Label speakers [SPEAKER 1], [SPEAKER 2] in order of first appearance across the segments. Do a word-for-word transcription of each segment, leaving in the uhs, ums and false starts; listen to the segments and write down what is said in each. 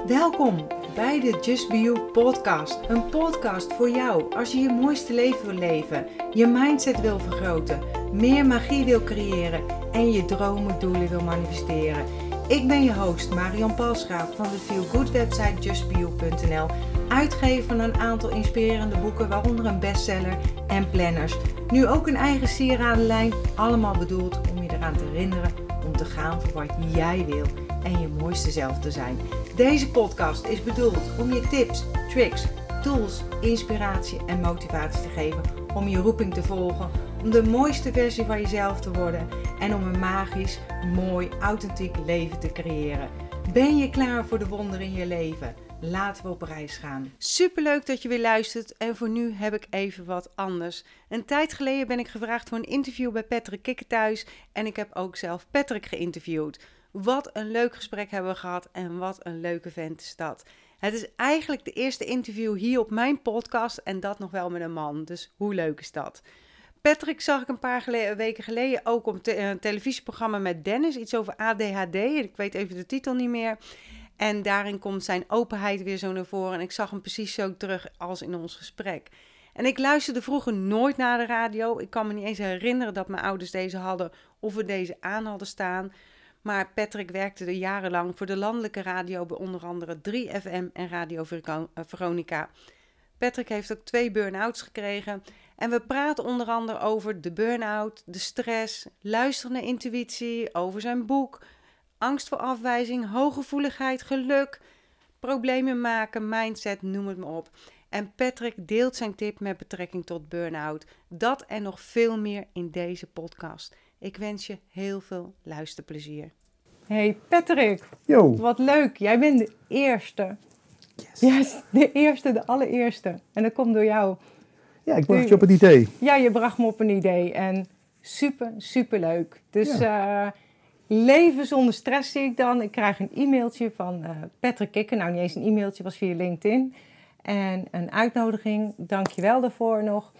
[SPEAKER 1] Welkom bij de Just Be You podcast. Een podcast voor jou als je je mooiste leven wil leven, je mindset wil vergroten, meer magie wil creëren en je dromen, doelen wil manifesteren. Ik ben je host Marion Palsgraaf van de Feel Good website just be you punt n l, uitgever van een aantal inspirerende boeken, waaronder een bestseller en planners. Nu ook een eigen sieradenlijn, allemaal bedoeld om je eraan te herinneren om te gaan voor wat jij wil en je mooiste zelf te zijn. Deze podcast is bedoeld om je tips, tricks, tools, inspiratie en motivatie te geven om je roeping te volgen, om de mooiste versie van jezelf te worden en om een magisch, mooi, authentiek leven te creëren. Ben je klaar voor de wonderen in je leven? Laten we op reis gaan. Superleuk dat je weer luistert en voor nu heb ik even wat anders. Een tijd geleden ben ik gevraagd voor een interview bij Patrick Kikker thuis en ik heb ook zelf Patrick geïnterviewd. Wat een leuk gesprek hebben we gehad en wat een leuke vent is dat. Het is eigenlijk de eerste interview hier op mijn podcast en dat nog wel met een man, dus hoe leuk is dat? Patrick zag ik een paar gele- weken geleden ook op te- een televisieprogramma met Dennis, iets over A D H D, ik weet even de titel niet meer. En daarin komt zijn openheid weer zo naar voren en ik zag hem precies zo terug als in ons gesprek. En ik luisterde vroeger nooit naar de radio, ik kan me niet eens herinneren dat mijn ouders deze hadden of we deze aan hadden staan. Maar Patrick werkte er jarenlang voor de landelijke radio bij onder andere drie F M en Radio Veronica. Patrick heeft ook twee burn-outs gekregen. En we praten onder andere over de burn-out, de stress, luisteren naar intuïtie, over zijn boek, angst voor afwijzing, hooggevoeligheid, geluk, problemen maken, mindset, noem het maar op. En Patrick deelt zijn tip met betrekking tot burn-out. Dat en nog veel meer in deze podcast. Ik wens je heel veel luisterplezier. Hey Patrick,
[SPEAKER 2] Yo.
[SPEAKER 1] Wat leuk. Jij bent de eerste.
[SPEAKER 2] Yes.
[SPEAKER 1] Yes, de eerste, de allereerste. En dat komt door jou.
[SPEAKER 2] Ja, ik bracht je op het idee.
[SPEAKER 1] Ja, je bracht me op een idee. En super, super leuk. Dus
[SPEAKER 2] Ja.
[SPEAKER 1] uh, leven zonder stress zie ik dan. Ik krijg een e-mailtje van uh, Patrick Kikker. Nou, niet eens een e-mailtje, was via LinkedIn. En een uitnodiging. Dank je wel daarvoor nog.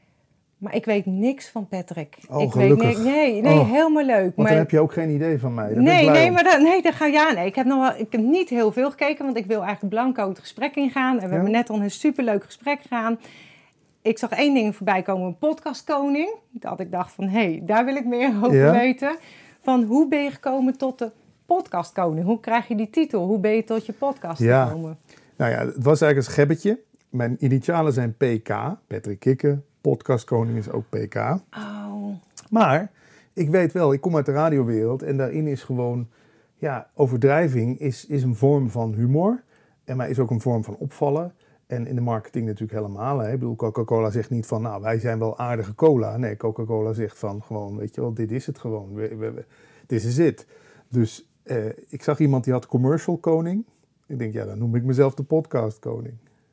[SPEAKER 1] Maar ik weet niks van Patrick.
[SPEAKER 2] Oh,
[SPEAKER 1] ik
[SPEAKER 2] gelukkig.
[SPEAKER 1] Weet, nee, nee, nee
[SPEAKER 2] oh,
[SPEAKER 1] helemaal leuk.
[SPEAKER 2] Want
[SPEAKER 1] maar
[SPEAKER 2] dan heb je ook geen idee van mij. Daar ben
[SPEAKER 1] nee,
[SPEAKER 2] ik blij
[SPEAKER 1] nee,
[SPEAKER 2] om.
[SPEAKER 1] maar dat, nee, dat ga ja, nee. Ik heb nog wel, ik heb niet heel veel gekeken, want ik wil eigenlijk blanco het gesprek ingaan. En we
[SPEAKER 2] Ja?
[SPEAKER 1] hebben net al een superleuk gesprek gedaan. Ik zag één ding voorbij komen, een podcastkoning. Dat ik dacht van, hé, hey, daar wil ik meer over
[SPEAKER 2] Ja?
[SPEAKER 1] weten. Van hoe ben je gekomen tot de podcastkoning? Hoe krijg je die titel? Hoe ben je tot je podcast
[SPEAKER 2] Ja.
[SPEAKER 1] gekomen?
[SPEAKER 2] Nou ja, het was eigenlijk een schebbetje. Mijn initialen zijn P K, Patrick Kikker. Podcastkoning is ook P K.
[SPEAKER 1] Oh.
[SPEAKER 2] Maar ik weet wel, ik kom uit de radiowereld en daarin is gewoon, ja, overdrijving is, is een vorm van humor. En maar is ook een vorm van opvallen. En in de marketing natuurlijk helemaal. Hè. Ik bedoel, Coca-Cola zegt niet van, nou, wij zijn wel aardige cola. Nee, Coca-Cola zegt van, gewoon, weet je wel, dit is het gewoon. We, we, we, this is it. Dus eh, ik zag iemand die had commercial koning. Ik denk, ja, dan noem ik mezelf de podcast koning.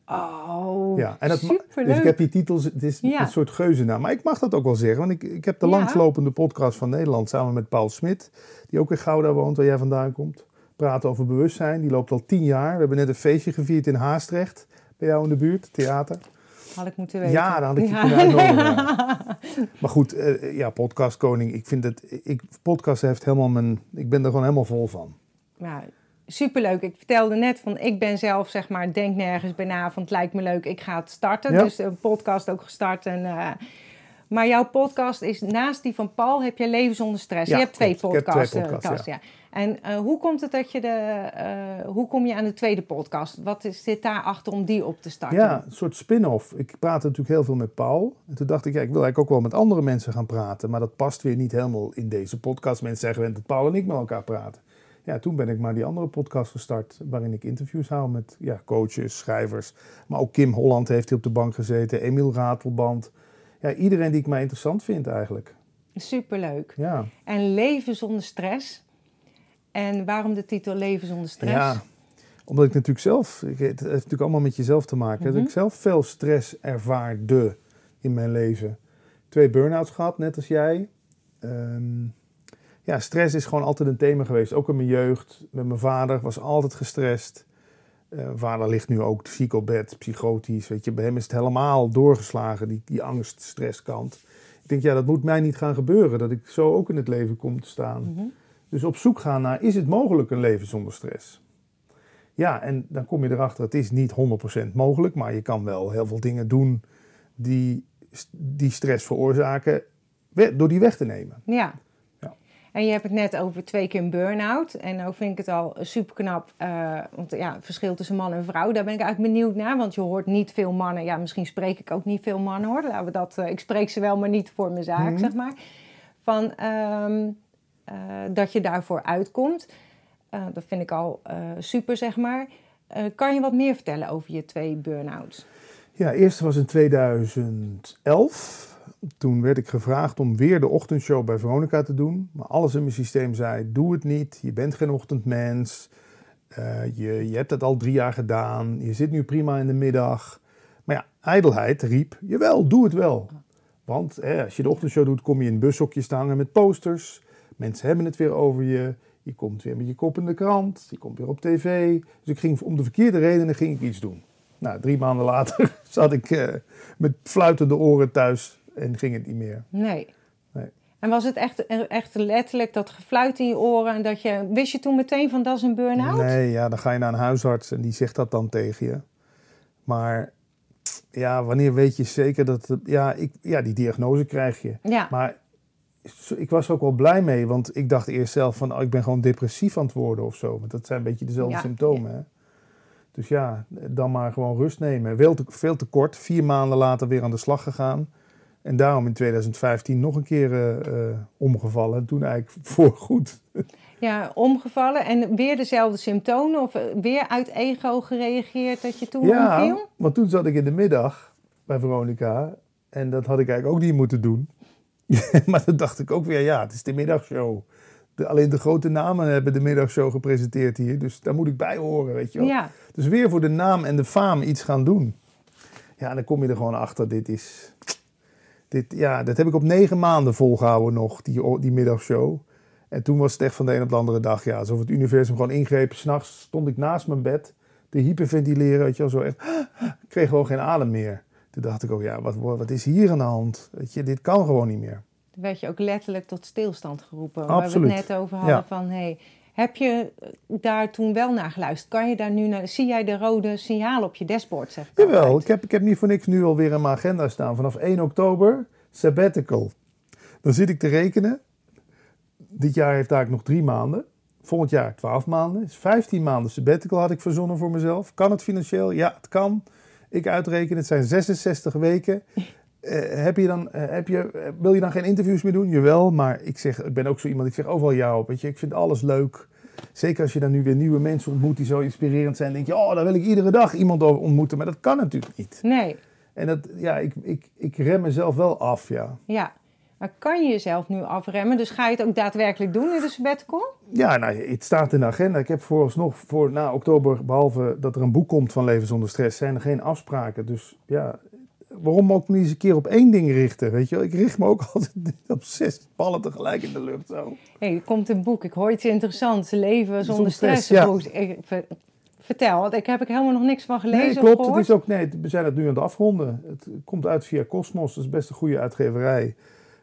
[SPEAKER 1] Oh,
[SPEAKER 2] Ja, en dat ma-
[SPEAKER 1] superleuk.
[SPEAKER 2] dus ik heb die titels, het is
[SPEAKER 1] Ja.
[SPEAKER 2] een soort geuzennaam. Maar ik mag dat ook wel zeggen, want ik, ik heb de
[SPEAKER 1] Ja.
[SPEAKER 2] langslopende podcast van Nederland samen met Paul Smit, die ook in Gouda woont, waar jij vandaan komt. Praten over bewustzijn, die loopt al tien jaar. We hebben net een feestje gevierd in Haastrecht, bij jou in de buurt, theater.
[SPEAKER 1] Had ik moeten weten.
[SPEAKER 2] Ja, dan had ik je
[SPEAKER 1] Ja.
[SPEAKER 2] kunnen uitnodigen. Ja. Maar goed, eh, ja, podcastkoning, ik vind het, ik, podcast heeft helemaal mijn, ik ben er gewoon helemaal vol van.
[SPEAKER 1] Ja, superleuk. Ik vertelde net van, ik ben zelf, zeg maar, denk nergens bij na van het lijkt me leuk, ik ga het starten.
[SPEAKER 2] Ja.
[SPEAKER 1] Dus een podcast ook gestart. En, uh, maar jouw podcast is, naast die van Paul, heb je Leven zonder stress.
[SPEAKER 2] Ja,
[SPEAKER 1] je hebt twee
[SPEAKER 2] klopt. Ik heb
[SPEAKER 1] podcasts.
[SPEAKER 2] twee
[SPEAKER 1] uh,
[SPEAKER 2] podcasts,
[SPEAKER 1] cast, ja. En uh, hoe komt het dat je de, uh, hoe kom je aan de tweede podcast? Wat is, zit daarachter om die op te starten?
[SPEAKER 2] Ja, een soort spin-off. Ik praatte natuurlijk heel veel met Paul. En toen dacht ik, ja, ik wil eigenlijk ook wel met andere mensen gaan praten. Maar dat past weer niet helemaal in deze podcast. Mensen zijn gewend dat Paul en ik met elkaar praten. Ja, toen ben ik maar die andere podcast gestart, waarin ik interviews hou met ja, coaches, schrijvers. Maar ook Kim Holland heeft hier op de bank gezeten, Emiel Ratelband. Ja, iedereen die ik maar interessant vind eigenlijk.
[SPEAKER 1] Superleuk.
[SPEAKER 2] Ja.
[SPEAKER 1] En Leven zonder stress. En waarom de titel Leven zonder stress?
[SPEAKER 2] Ja, omdat ik natuurlijk zelf, ik, het heeft natuurlijk allemaal met jezelf te maken.
[SPEAKER 1] Mm-hmm.
[SPEAKER 2] Dat ik zelf veel stress ervaarde in mijn leven. Twee burn-outs gehad, net als jij. Um, ja, stress is gewoon altijd een thema geweest. Ook in mijn jeugd. Met mijn vader was altijd gestrest. Uh, mijn vader ligt nu ook ziek op bed, psychotisch. Weet je, bij hem is het helemaal doorgeslagen, die, die angst, stresskant. Ik denk, ja, dat moet mij niet gaan gebeuren. Dat ik zo ook in het leven kom te staan.
[SPEAKER 1] Mm-hmm.
[SPEAKER 2] Dus op zoek gaan naar, is het mogelijk een leven zonder stress? Ja, en dan kom je erachter, het is niet honderd procent mogelijk, maar je kan wel heel veel dingen doen die, die stress veroorzaken door die weg te nemen.
[SPEAKER 1] Ja.
[SPEAKER 2] Ja.
[SPEAKER 1] En je hebt het net over twee keer een burn-out. En nou vind ik het al super knap. Uh, want ja, het verschil tussen man en vrouw, daar ben ik eigenlijk benieuwd naar. Want je hoort niet veel mannen. Ja, misschien spreek ik ook niet veel mannen hoor. Laten we dat, uh, ik spreek ze wel, maar niet voor mijn zaak, mm-hmm. zeg maar. Van um, uh, dat je daarvoor uitkomt. Uh, dat vind ik al uh, super, zeg maar. Uh, kan je wat meer vertellen over je twee burn-outs?
[SPEAKER 2] Ja, eerst was in tweeduizend elf. Toen werd ik gevraagd om weer de ochtendshow bij Veronica te doen. Maar alles in mijn systeem zei, doe het niet. Je bent geen ochtendmens. Uh, je, je hebt het al drie jaar gedaan. Je zit nu prima in de middag. Maar ja, ijdelheid riep, jawel, doe het wel. Want hè, als je de ochtendshow doet, kom je in bushokjes te hangen met posters. Mensen hebben het weer over je. Je komt weer met je kop in de krant. Je komt weer op tv. Dus ik ging om de verkeerde redenen ging ik iets doen. Nou, drie maanden later zat ik uh, met fluitende oren thuis en ging het niet meer.
[SPEAKER 1] Nee.
[SPEAKER 2] nee.
[SPEAKER 1] En was het echt, echt letterlijk dat gefluit in je oren en dat je... Wist je toen meteen van dat is een burn-out?
[SPEAKER 2] Nee, ja, dan ga je naar een huisarts en die zegt dat dan tegen je. Maar ja, wanneer weet je zeker dat... Het, ja, ik, ja, die diagnose krijg je.
[SPEAKER 1] Ja.
[SPEAKER 2] Maar ik was er ook wel blij mee, want ik dacht eerst zelf van... Oh, ik ben gewoon depressief aan het worden of zo. Want dat zijn een beetje dezelfde ja. symptomen, hè. Dus ja, dan maar gewoon rust nemen. Veel te, veel te kort, vier maanden later weer aan de slag gegaan. En daarom in tweeduizend vijftien nog een keer uh, uh, omgevallen. Toen eigenlijk voorgoed.
[SPEAKER 1] Ja, omgevallen en weer dezelfde symptomen? Of weer uit ego gereageerd dat je toen
[SPEAKER 2] ja,
[SPEAKER 1] omviel?
[SPEAKER 2] Ja, want toen zat ik in de middag bij Veronica. En dat had ik eigenlijk ook niet moeten doen. Maar toen dacht ik ook weer, ja, het is de middagshow. De, alleen de grote namen hebben de middagshow gepresenteerd hier. Dus daar moet ik bij horen, weet je wel.
[SPEAKER 1] Ja.
[SPEAKER 2] Dus weer voor de naam en de faam iets gaan doen. Ja, en dan kom je er gewoon achter. Dit is... Dit, ja, dat heb ik op negen maanden volgehouden nog, die, die middagshow. En toen was het echt van de een op de andere dag. Ja, alsof het universum gewoon ingreep. 'S Nachts stond ik naast mijn bed te hyperventileren. Weet je wel, zo echt... Ik kreeg gewoon geen adem meer. Toen dacht ik ook, ja, wat, wat is hier aan de hand? Weet je, dit kan gewoon niet meer.
[SPEAKER 1] Toen werd je ook letterlijk tot stilstand geroepen.
[SPEAKER 2] Absoluut.
[SPEAKER 1] Waar we het net over hadden
[SPEAKER 2] ja.
[SPEAKER 1] van... Hey, heb je daar toen wel naar geluisterd? Kan je daar nu naar... Zie jij de rode signalen op je dashboard, zeg ik
[SPEAKER 2] Jawel,
[SPEAKER 1] altijd.
[SPEAKER 2] ik heb, ik heb niet voor niks nu alweer in mijn agenda staan. Vanaf één oktober, sabbatical. Dan zit ik te rekenen. Dit jaar heeft daar nog drie maanden. Volgend jaar twaalf maanden. Dus vijftien maanden sabbatical had ik verzonnen voor mezelf. Kan het financieel? Ja, het kan. Ik uitreken, het zijn zesenzestig weken. Uh, heb je dan, uh, heb je, uh, wil je dan geen interviews meer doen? Jawel, maar ik, zeg, ik ben ook zo iemand, ik zeg overal ja op. Weet je? Ik vind alles leuk. Zeker als je dan nu weer nieuwe mensen ontmoet die zo inspirerend zijn. Dan denk je, oh, daar wil ik iedere dag iemand over ontmoeten. Maar dat kan natuurlijk niet.
[SPEAKER 1] Nee.
[SPEAKER 2] En dat, ja, ik, ik, ik rem mezelf wel af, ja.
[SPEAKER 1] Ja, maar kan je jezelf nu afremmen? Dus ga je het ook daadwerkelijk doen in de sabbatical?
[SPEAKER 2] Ja, nou, het staat in de agenda. Ik heb vooralsnog voor na oktober, behalve dat er een boek komt van Leven zonder stress, zijn er geen afspraken. Dus ja... Waarom ook niet eens een keer op één ding richten, weet je wel? Ik richt me ook altijd op zes ballen tegelijk in de lucht, zo.
[SPEAKER 1] Hey, er komt een boek, ik hoor iets interessants. Leven zonder,
[SPEAKER 2] zonder
[SPEAKER 1] stress.
[SPEAKER 2] stress
[SPEAKER 1] ja. ik, ver, vertel, want ik heb ik helemaal nog niks van gelezen
[SPEAKER 2] nee, klopt,
[SPEAKER 1] of gehoord.
[SPEAKER 2] Het is ook, nee, we zijn het nu aan het afronden. Het komt uit via Cosmos, dat is best een goede uitgeverij.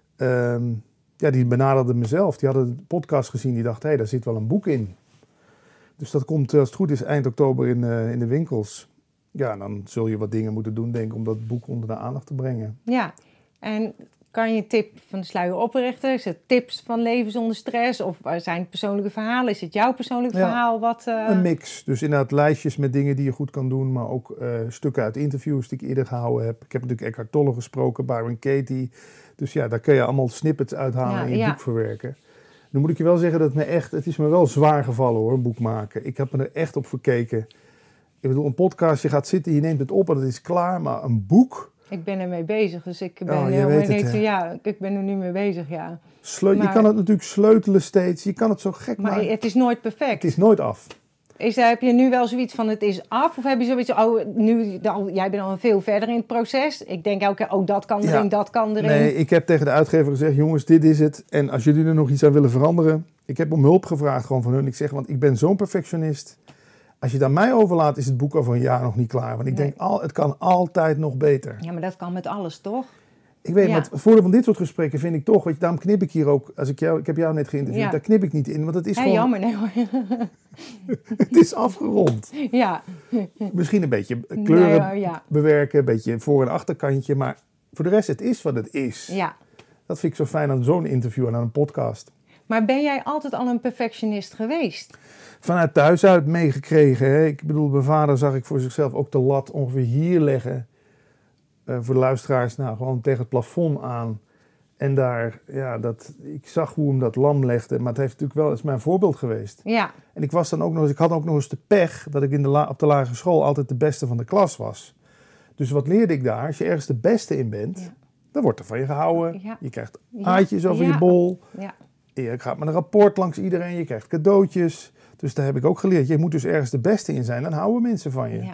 [SPEAKER 2] Um, ja, die benaderde mezelf. Die hadden de podcast gezien, die dacht, hé, hey, daar zit wel een boek in. Dus dat komt, als het goed is, eind oktober in, uh, in de winkels. Ja, dan zul je wat dingen moeten doen, denk ik, om dat boek onder de aandacht te brengen.
[SPEAKER 1] Ja, en kan je tip van de sluier oprichten? Is het tips van leven zonder stress? Of zijn het persoonlijke verhalen? Is het jouw persoonlijke
[SPEAKER 2] ja,
[SPEAKER 1] verhaal? Wat, uh...
[SPEAKER 2] Een mix. Dus inderdaad lijstjes met dingen die je goed kan doen, maar ook uh, stukken uit interviews die ik eerder gehouden heb. Ik heb natuurlijk Eckhart Tolle gesproken, Byron Katie. Dus ja, daar kun je allemaal snippets uithalen
[SPEAKER 1] ja,
[SPEAKER 2] en je
[SPEAKER 1] ja.
[SPEAKER 2] boek verwerken. Nu moet ik je wel zeggen dat het me echt, het is me wel zwaar gevallen hoor, een boek maken. Ik heb me er echt op verkeken. Ik bedoel, een podcast, je gaat zitten, je neemt het op en het is klaar, maar een boek...
[SPEAKER 1] Ik ben ermee bezig, dus ik ben
[SPEAKER 2] oh,
[SPEAKER 1] heel
[SPEAKER 2] het,
[SPEAKER 1] ja, ik ben er nu mee bezig, ja.
[SPEAKER 2] Sleu-
[SPEAKER 1] maar,
[SPEAKER 2] je kan het natuurlijk sleutelen steeds, je kan het zo gek
[SPEAKER 1] maar
[SPEAKER 2] maken.
[SPEAKER 1] Maar het is nooit perfect.
[SPEAKER 2] Het is nooit af.
[SPEAKER 1] Is, heb je nu wel zoiets van het is af? Of heb je zoiets oh, nu, dan, jij bent al veel verder in het proces. Ik denk elke keer, oh dat kan erin, ja. dat kan erin.
[SPEAKER 2] Nee, ik heb tegen de uitgever gezegd, jongens, dit is het. En als jullie er nog iets aan willen veranderen. Ik heb om hulp gevraagd gewoon van hun. Ik zeg, want ik ben zo'n perfectionist. Als je het aan mij overlaat, is het boek al van een jaar nog niet klaar. Want ik nee. denk, al, het kan altijd nog beter.
[SPEAKER 1] Ja, maar dat kan met alles, toch?
[SPEAKER 2] Ik weet,
[SPEAKER 1] Ja.
[SPEAKER 2] maar het voordeel van dit soort gesprekken vind ik toch, weet je, daarom knip ik hier ook, als ik jou, ik heb jou net geïnterviewd,
[SPEAKER 1] Ja.
[SPEAKER 2] daar knip ik niet in, want het is
[SPEAKER 1] Hé,
[SPEAKER 2] gewoon,
[SPEAKER 1] jammer, nee hoor.
[SPEAKER 2] het is afgerond.
[SPEAKER 1] Ja.
[SPEAKER 2] Misschien een beetje
[SPEAKER 1] Nee,
[SPEAKER 2] kleuren
[SPEAKER 1] hoor, ja.
[SPEAKER 2] bewerken, een beetje voor- en achterkantje, maar voor de rest, het is wat het is.
[SPEAKER 1] Ja.
[SPEAKER 2] Dat vind ik zo fijn aan zo'n interview en aan een podcast.
[SPEAKER 1] Maar ben jij altijd al een perfectionist geweest?
[SPEAKER 2] Vanuit thuis uit meegekregen. Hè? Ik bedoel, mijn vader zag ik voor zichzelf ook de lat ongeveer hier leggen. Uh, voor de luisteraars, nou, gewoon tegen het plafond aan. En daar, ja, dat, ik zag hoe hem dat lam legde. Maar het heeft natuurlijk wel eens mijn voorbeeld geweest.
[SPEAKER 1] Ja.
[SPEAKER 2] En ik was dan ook nog eens, ik had ook nog eens de pech dat ik in de la, op de lagere school altijd de beste van de klas was. Dus wat leerde ik daar? Als je ergens de beste in bent,
[SPEAKER 1] Ja.
[SPEAKER 2] dan wordt er van je gehouden.
[SPEAKER 1] Ja.
[SPEAKER 2] Je krijgt
[SPEAKER 1] Ja.
[SPEAKER 2] aatjes over
[SPEAKER 1] Ja.
[SPEAKER 2] je bol.
[SPEAKER 1] Ja.
[SPEAKER 2] Je gaat met een rapport langs iedereen, je krijgt cadeautjes. Dus daar heb ik ook geleerd. Je moet dus ergens de beste in zijn, dan houden mensen van je.
[SPEAKER 1] Ja.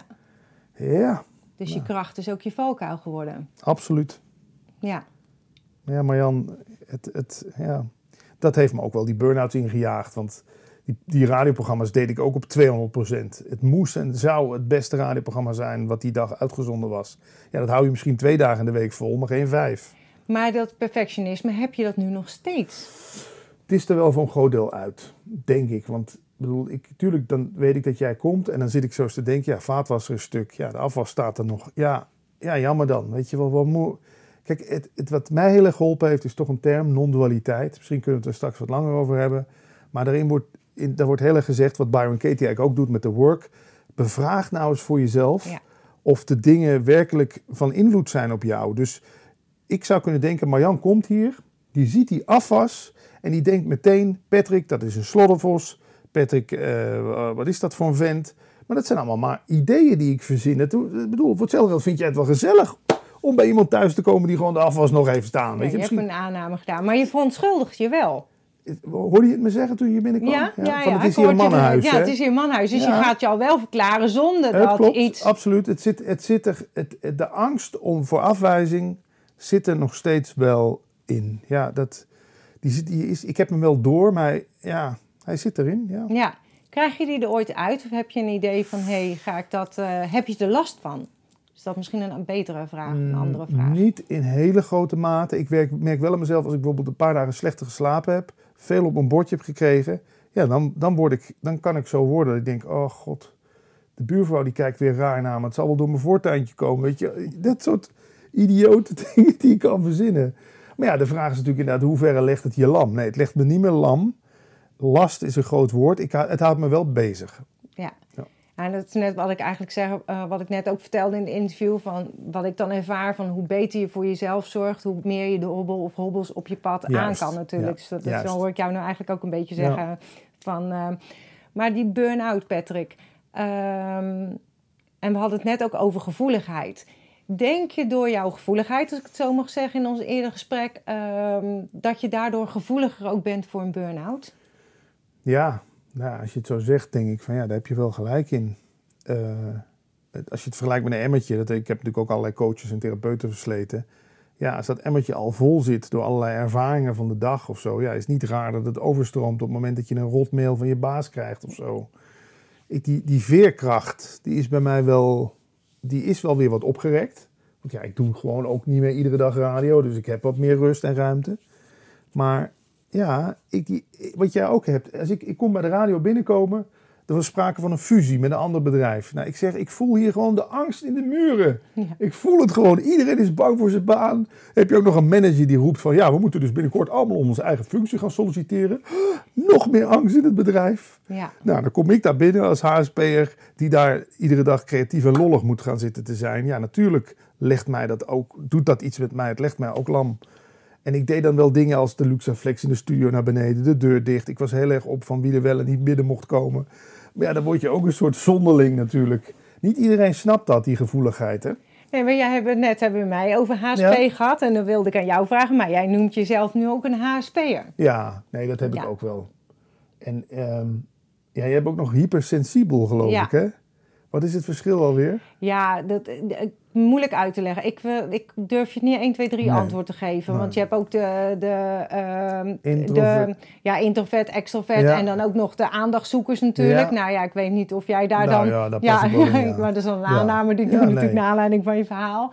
[SPEAKER 2] Ja,
[SPEAKER 1] Dus
[SPEAKER 2] Nou.
[SPEAKER 1] je kracht is ook je valkuil geworden.
[SPEAKER 2] absoluut.
[SPEAKER 1] Ja.
[SPEAKER 2] Ja, Marjan, het, het, ja, dat heeft me ook wel die burn-out ingejaagd. Want die, die radioprogramma's deed ik ook op tweehonderd procent. Het moest en zou het beste radioprogramma zijn wat die dag uitgezonden was. Ja, dat hou je misschien twee dagen in de week vol, maar geen vijf.
[SPEAKER 1] Maar dat perfectionisme, heb je dat nu nog steeds?
[SPEAKER 2] Het is er wel voor een groot deel uit, denk ik. Want ik bedoel, ik, tuurlijk, dan weet ik dat jij komt en dan zit ik zo eens te denken, ja, vaatwasser een stuk, ja, de afwas staat er nog. Ja, ja jammer dan, weet je wel, wat moe. Kijk, het, het, wat mij heel erg geholpen heeft, is toch een term, non-dualiteit. Misschien kunnen we het er straks wat langer over hebben. Maar daarin wordt, in, daar wordt heel erg gezegd, wat Byron Katie eigenlijk ook doet met de work. Bevraag nou eens voor jezelf
[SPEAKER 1] Ja.
[SPEAKER 2] of de dingen werkelijk van invloed zijn op jou. Dus ik zou kunnen denken, Marjan komt hier, die ziet die afwas en die denkt meteen, Patrick, dat is een sloddervos. Patrick, uh, wat is dat voor een vent? Maar dat zijn allemaal maar ideeën die ik verzin. Ik bedoel, voor hetzelfde geld vind jij het wel gezellig om bij iemand thuis te komen die gewoon de afwas nog heeft staan.
[SPEAKER 1] Ja,
[SPEAKER 2] weet je,
[SPEAKER 1] je
[SPEAKER 2] misschien...
[SPEAKER 1] hebt een aanname gedaan, maar je verontschuldigt je wel.
[SPEAKER 2] Hoorde je het me zeggen toen je binnenkwam?
[SPEAKER 1] Ja, ja, ja.
[SPEAKER 2] Van, het
[SPEAKER 1] ik
[SPEAKER 2] is hier een
[SPEAKER 1] hoorde je-
[SPEAKER 2] mannenhuis.
[SPEAKER 1] Ja,
[SPEAKER 2] hè?
[SPEAKER 1] het is hier een mannenhuis. Dus
[SPEAKER 2] Ja.
[SPEAKER 1] je gaat je al wel verklaren zonder
[SPEAKER 2] Het
[SPEAKER 1] dat
[SPEAKER 2] klopt,
[SPEAKER 1] iets...
[SPEAKER 2] absoluut. Het zit, het zit er, het, het- de angst om voor afwijzing zit er nog steeds wel in. Ja, dat, die, zit- die is, ik heb hem wel door, maar ja, hij zit erin. Ja.
[SPEAKER 1] Ja. Krijg je die er ooit uit? Of heb je een idee van, hé, hey, ga ik dat... Uh, heb je er last van? Is dat misschien een, een betere vraag, een andere vraag?
[SPEAKER 2] Niet in hele grote mate. Ik werk, merk wel aan mezelf, als ik bijvoorbeeld een paar dagen slechter geslapen heb, veel op mijn bordje heb gekregen, ja, dan, dan, word ik, dan kan ik zo worden. Ik denk, oh god, de buurvrouw die kijkt weer raar naar me. Het zal wel door mijn voortuintje komen. Weet je, dat soort idiote dingen die ik kan verzinnen. Maar ja, de vraag is natuurlijk inderdaad, hoe ver legt het je lam? Nee, het legt me niet meer lam. Last is een groot woord. Ik, het houdt me wel bezig.
[SPEAKER 1] Ja.
[SPEAKER 2] Ja.
[SPEAKER 1] En dat is net wat ik eigenlijk zeg, uh, wat ik net ook vertelde in het interview, van wat ik dan ervaar van hoe beter je voor jezelf zorgt, hoe meer je de hobbel of hobbels op je pad
[SPEAKER 2] Juist,
[SPEAKER 1] aan kan natuurlijk.
[SPEAKER 2] ja,
[SPEAKER 1] Dus dat,
[SPEAKER 2] juist.
[SPEAKER 1] dat hoor ik jou nou eigenlijk ook een beetje zeggen.
[SPEAKER 2] Ja.
[SPEAKER 1] Van, uh, maar die burn-out, Patrick. Um, en we hadden het net ook over gevoeligheid. Denk je door jouw gevoeligheid, als ik het zo mag zeggen in ons eerder gesprek, um, dat je daardoor gevoeliger ook bent voor een burn-out?
[SPEAKER 2] Ja, nou, als je het zo zegt, denk ik van ja, daar heb je wel gelijk in. Uh, als je het vergelijkt met een emmertje, dat, ik heb natuurlijk ook allerlei coaches en therapeuten versleten. Ja, als dat emmertje al vol zit door allerlei ervaringen van de dag of zo, ja, is het niet raar dat het overstroomt op het moment dat je een rotmail van je baas krijgt of zo. Ik, die, die veerkracht, die is bij mij wel, die is wel weer wat opgerekt. Want ja, ik doe gewoon ook niet meer iedere dag radio, dus ik heb wat meer rust en ruimte. Maar ja, ik, die, wat jij ook hebt, als ik, ik kom bij de radio binnenkomen, er was sprake van een fusie met een ander bedrijf. Nou, ik zeg, ik voel hier gewoon de angst in de muren.
[SPEAKER 1] Ja.
[SPEAKER 2] Ik voel het gewoon. Iedereen is bang voor zijn baan. Heb je ook nog een manager die roept van, ja, we moeten dus binnenkort allemaal om onze eigen functie gaan solliciteren. Nog meer angst in het bedrijf.
[SPEAKER 1] Ja.
[SPEAKER 2] Nou, dan kom ik daar binnen als H S P'er die daar iedere dag creatief en lollig moet gaan zitten te zijn. Ja, natuurlijk legt mij dat ook, doet dat iets met mij. Het legt mij ook lam. En ik deed dan wel dingen als de Luxaflex in de studio naar beneden, de deur dicht. Ik was heel erg op van wie er wel en niet binnen mocht komen. Maar ja, dan word je ook een soort zonderling natuurlijk. Niet iedereen snapt dat, die gevoeligheid, hè?
[SPEAKER 1] Nee, maar jij hebt net hebben we mij over H S P
[SPEAKER 2] Ja.
[SPEAKER 1] gehad en dan wilde ik aan jou vragen, maar jij noemt jezelf nu ook een H S P'er.
[SPEAKER 2] Ja, nee, dat heb
[SPEAKER 1] Ja.
[SPEAKER 2] ik ook wel. En um, ja, je hebt ook nog hypersensibel, geloof
[SPEAKER 1] Ja.
[SPEAKER 2] ik, hè? Wat is het verschil alweer?
[SPEAKER 1] Ja, dat, eh, moeilijk uit te leggen. Ik, wil- ik durf je niet één, twee, drie
[SPEAKER 2] Nee.
[SPEAKER 1] antwoord te geven.
[SPEAKER 2] Nee.
[SPEAKER 1] Want je hebt ook de, de, ehm,
[SPEAKER 2] Introvert.
[SPEAKER 1] de ja, introvert, extrovert
[SPEAKER 2] Ja.
[SPEAKER 1] en dan ook nog de aandachtzoekers natuurlijk.
[SPEAKER 2] Ja.
[SPEAKER 1] Nou ja, ik weet niet of jij daar
[SPEAKER 2] Nou
[SPEAKER 1] dan...
[SPEAKER 2] ja, daar pas ik wel in, ja.
[SPEAKER 1] maar dat is dan een
[SPEAKER 2] Ja.
[SPEAKER 1] aanname die ik
[SPEAKER 2] Ja,
[SPEAKER 1] doe natuurlijk
[SPEAKER 2] nee.
[SPEAKER 1] naar aanleiding van je verhaal.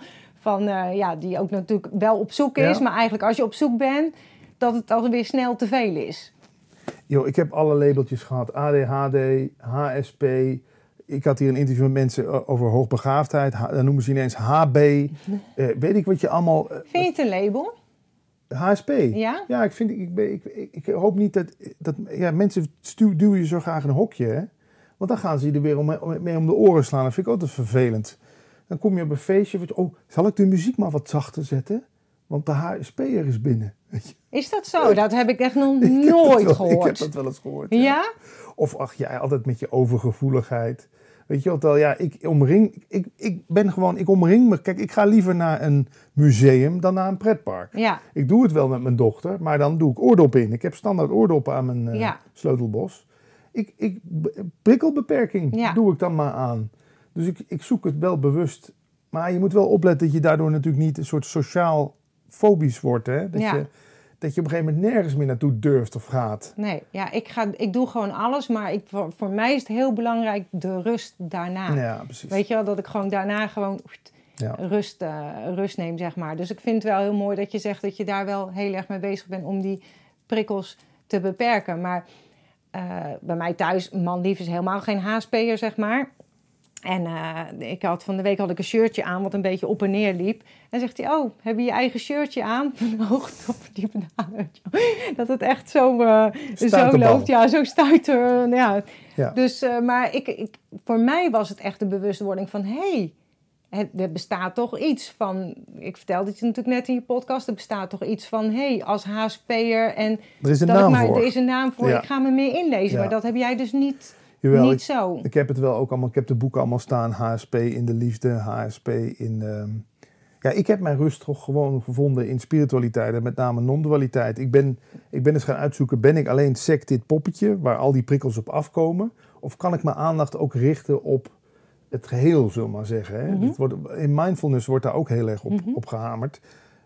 [SPEAKER 1] van, uh, ja, die ook natuurlijk wel op zoek is. Ja. Maar eigenlijk als je op zoek bent, dat het alweer snel te veel is.
[SPEAKER 2] Yo, ik heb alle labeltjes gehad. A D H D, H S P. Ik had hier een interview met mensen over hoogbegaafdheid. Dan noemen ze ineens H B. Uh, weet ik wat je allemaal... Uh,
[SPEAKER 1] vind je het een label?
[SPEAKER 2] H S P? Ja? Ja, ik, vind, ik, ik, ik, ik hoop niet dat... dat ja, mensen stuw, duwen je zo graag in een hokje, hè? Want dan gaan ze je er weer om, mee om de oren slaan. Dat vind ik altijd vervelend. Dan kom je op een feestje. Je, oh, zal ik de muziek maar wat zachter zetten? Want de H S P'er is binnen. Weet je?
[SPEAKER 1] Is dat zo? Dat heb ik echt nog nooit
[SPEAKER 2] wel,
[SPEAKER 1] gehoord.
[SPEAKER 2] Ik heb dat wel eens gehoord. Ja?
[SPEAKER 1] ja?
[SPEAKER 2] Of ach, jij ja, altijd met je overgevoeligheid. Weet je wel, ja, ik omring... Ik, ik ben gewoon... Ik omring me... Kijk, ik ga liever naar een museum dan naar een pretpark.
[SPEAKER 1] Ja.
[SPEAKER 2] Ik doe het wel met mijn dochter, maar dan doe ik oordop in. Ik heb standaard oordoppen aan mijn uh, ja. sleutelbos. Ik, ik, prikkelbeperking ja. doe ik dan maar aan. Dus ik, ik zoek het wel bewust. Maar je moet wel opletten dat je daardoor natuurlijk niet een soort sociaal fobisch wordt. Hè? Dat,
[SPEAKER 1] ja.
[SPEAKER 2] je, dat je op een gegeven moment nergens meer naartoe durft of gaat.
[SPEAKER 1] Nee, ja, ik, ga, ik doe gewoon alles. Maar ik, voor, voor mij is het heel belangrijk de rust daarna.
[SPEAKER 2] Ja, precies.
[SPEAKER 1] Weet je wel, dat ik gewoon daarna gewoon ja. rust, uh, rust neem, zeg maar. Dus ik vind het wel heel mooi dat je zegt dat je daar wel heel erg mee bezig bent om die prikkels te beperken. Maar... Uh, bij mij thuis, man lief is helemaal geen H S P'er, zeg maar. En uh, ik had van de week had ik een shirtje aan wat een beetje op en neer liep. En zegt hij, oh, heb je je eigen shirtje aan? Van de hoogte op die banaan. Dat het echt zo, uh, zo loopt. Ja, zo stuiter. Uh, ja. ja. Dus, uh, maar ik, ik, voor mij was het echt de bewustwording van... Hey, het, er bestaat toch iets van... Ik vertelde het je natuurlijk net in je podcast. Er bestaat toch iets van... Hé, hey, als H S P'er en...
[SPEAKER 2] Er is een naam
[SPEAKER 1] maar,
[SPEAKER 2] voor.
[SPEAKER 1] Er is een naam voor. Ja. Ik ga me meer inlezen. Ja. Maar dat heb jij dus niet,
[SPEAKER 2] Jawel,
[SPEAKER 1] niet
[SPEAKER 2] ik,
[SPEAKER 1] zo.
[SPEAKER 2] Ik heb het wel ook allemaal... Ik heb de boeken allemaal staan. H S P in de liefde. H S P in... Um, ja, ik heb mijn rust toch gewoon gevonden in spiritualiteit. En met name non-dualiteit. Ik ben, ik ben eens gaan uitzoeken... Ben ik alleen sec dit poppetje... Waar al die prikkels op afkomen? Of kan ik mijn aandacht ook richten op... Het geheel, zullen we maar zeggen. Hè?
[SPEAKER 1] Mm-hmm.
[SPEAKER 2] Het wordt, in mindfulness wordt daar ook heel erg op, mm-hmm. op gehamerd.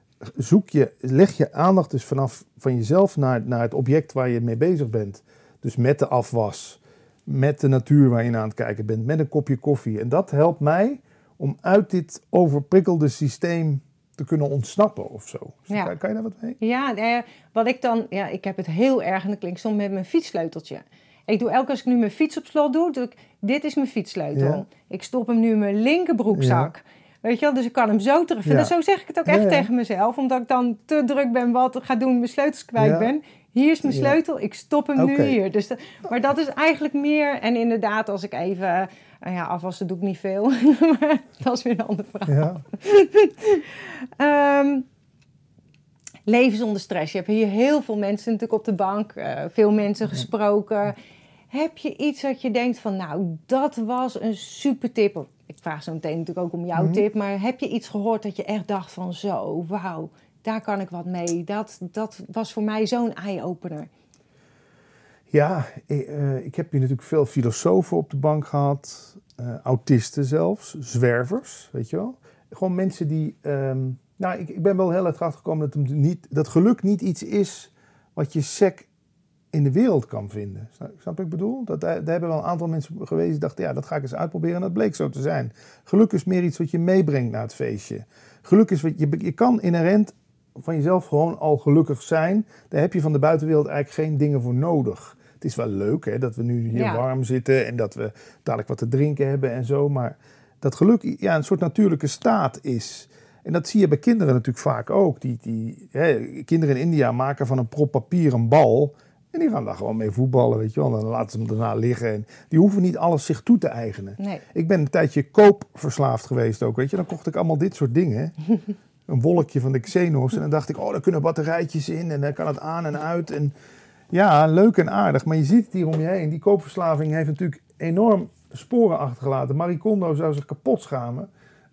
[SPEAKER 2] Zoek je, leg je aandacht dus vanaf van jezelf naar, naar het object waar je mee bezig bent. Dus met de afwas, met de natuur waar je naar aan het kijken bent, met een kopje koffie. En dat helpt mij om uit dit overprikkelde systeem te kunnen ontsnappen of zo. Dus ja. kan, kan je daar wat mee?
[SPEAKER 1] Ja, eh, wat ik dan... Ja, ik heb het heel erg en dat klinkt soms met mijn fietssleuteltje. Ik doe elke keer als ik nu mijn fiets op slot doe, doe ik, dit is mijn fietssleutel. Ja. Ik stop hem nu in mijn linkerbroekzak. Ja. Weet je wel, dus ik kan hem zo terugvinden. Ja. Zo zeg ik het ook echt ja, ja. tegen mezelf, omdat ik dan te druk ben wat ga doen, mijn sleutels kwijt ja. ben. Hier is mijn ja. sleutel, ik stop hem okay. nu hier. Dus de, maar dat is eigenlijk meer, en inderdaad als ik even, uh, ja, afwassen doe ik niet veel, maar dat is weer een andere vraag. Ja. um, Leven zonder stress. Je hebt hier heel veel mensen natuurlijk op de bank, uh, veel mensen gesproken. Heb je iets dat je denkt van, nou, dat was een super tip. Ik vraag zo meteen natuurlijk ook om jouw mm-hmm. tip. Maar heb je iets gehoord dat je echt dacht van, zo, wauw, daar kan ik wat mee. Dat, dat was voor mij zo'n eye-opener.
[SPEAKER 2] Ja, ik, uh, ik heb hier natuurlijk veel filosofen op de bank gehad. Uh, autisten zelfs, zwervers, weet je wel. Gewoon mensen die... Um, nou, ik, ik ben wel heel erg achter gekomen dat, niet, dat geluk niet iets is wat je sec in de wereld kan vinden. Snap, snap ik bedoel? Dat, daar hebben wel een aantal mensen geweest die dachten, ja, dat ga ik eens uitproberen. En dat bleek zo te zijn. Geluk is meer iets wat je meebrengt naar het feestje. Geluk is wat je, je kan inherent van jezelf gewoon al gelukkig zijn. Daar heb je van de buitenwereld eigenlijk geen dingen voor nodig. Het is wel leuk hè, dat we nu hier ja. warm zitten en dat we dadelijk wat te drinken hebben en zo. Maar dat geluk ja, een soort natuurlijke staat is. En dat zie je bij kinderen natuurlijk vaak ook. Die, die, hè, kinderen in India maken van een prop papier een bal. En die gaan daar gewoon mee voetballen, weet je wel. Dan laten ze hem daarna liggen. En die hoeven niet alles zich toe te eigenen.
[SPEAKER 1] Nee.
[SPEAKER 2] Ik ben een tijdje koopverslaafd geweest ook, weet je. Dan kocht ik allemaal dit soort dingen. Een wolkje van de Xenos. En dan dacht ik, oh, daar kunnen batterijtjes in. En dan kan het aan en uit. En ja, leuk en aardig. Maar je ziet het hier om je heen. Die koopverslaving heeft natuurlijk enorm sporen achtergelaten. Marie Kondo zou zich kapot schamen.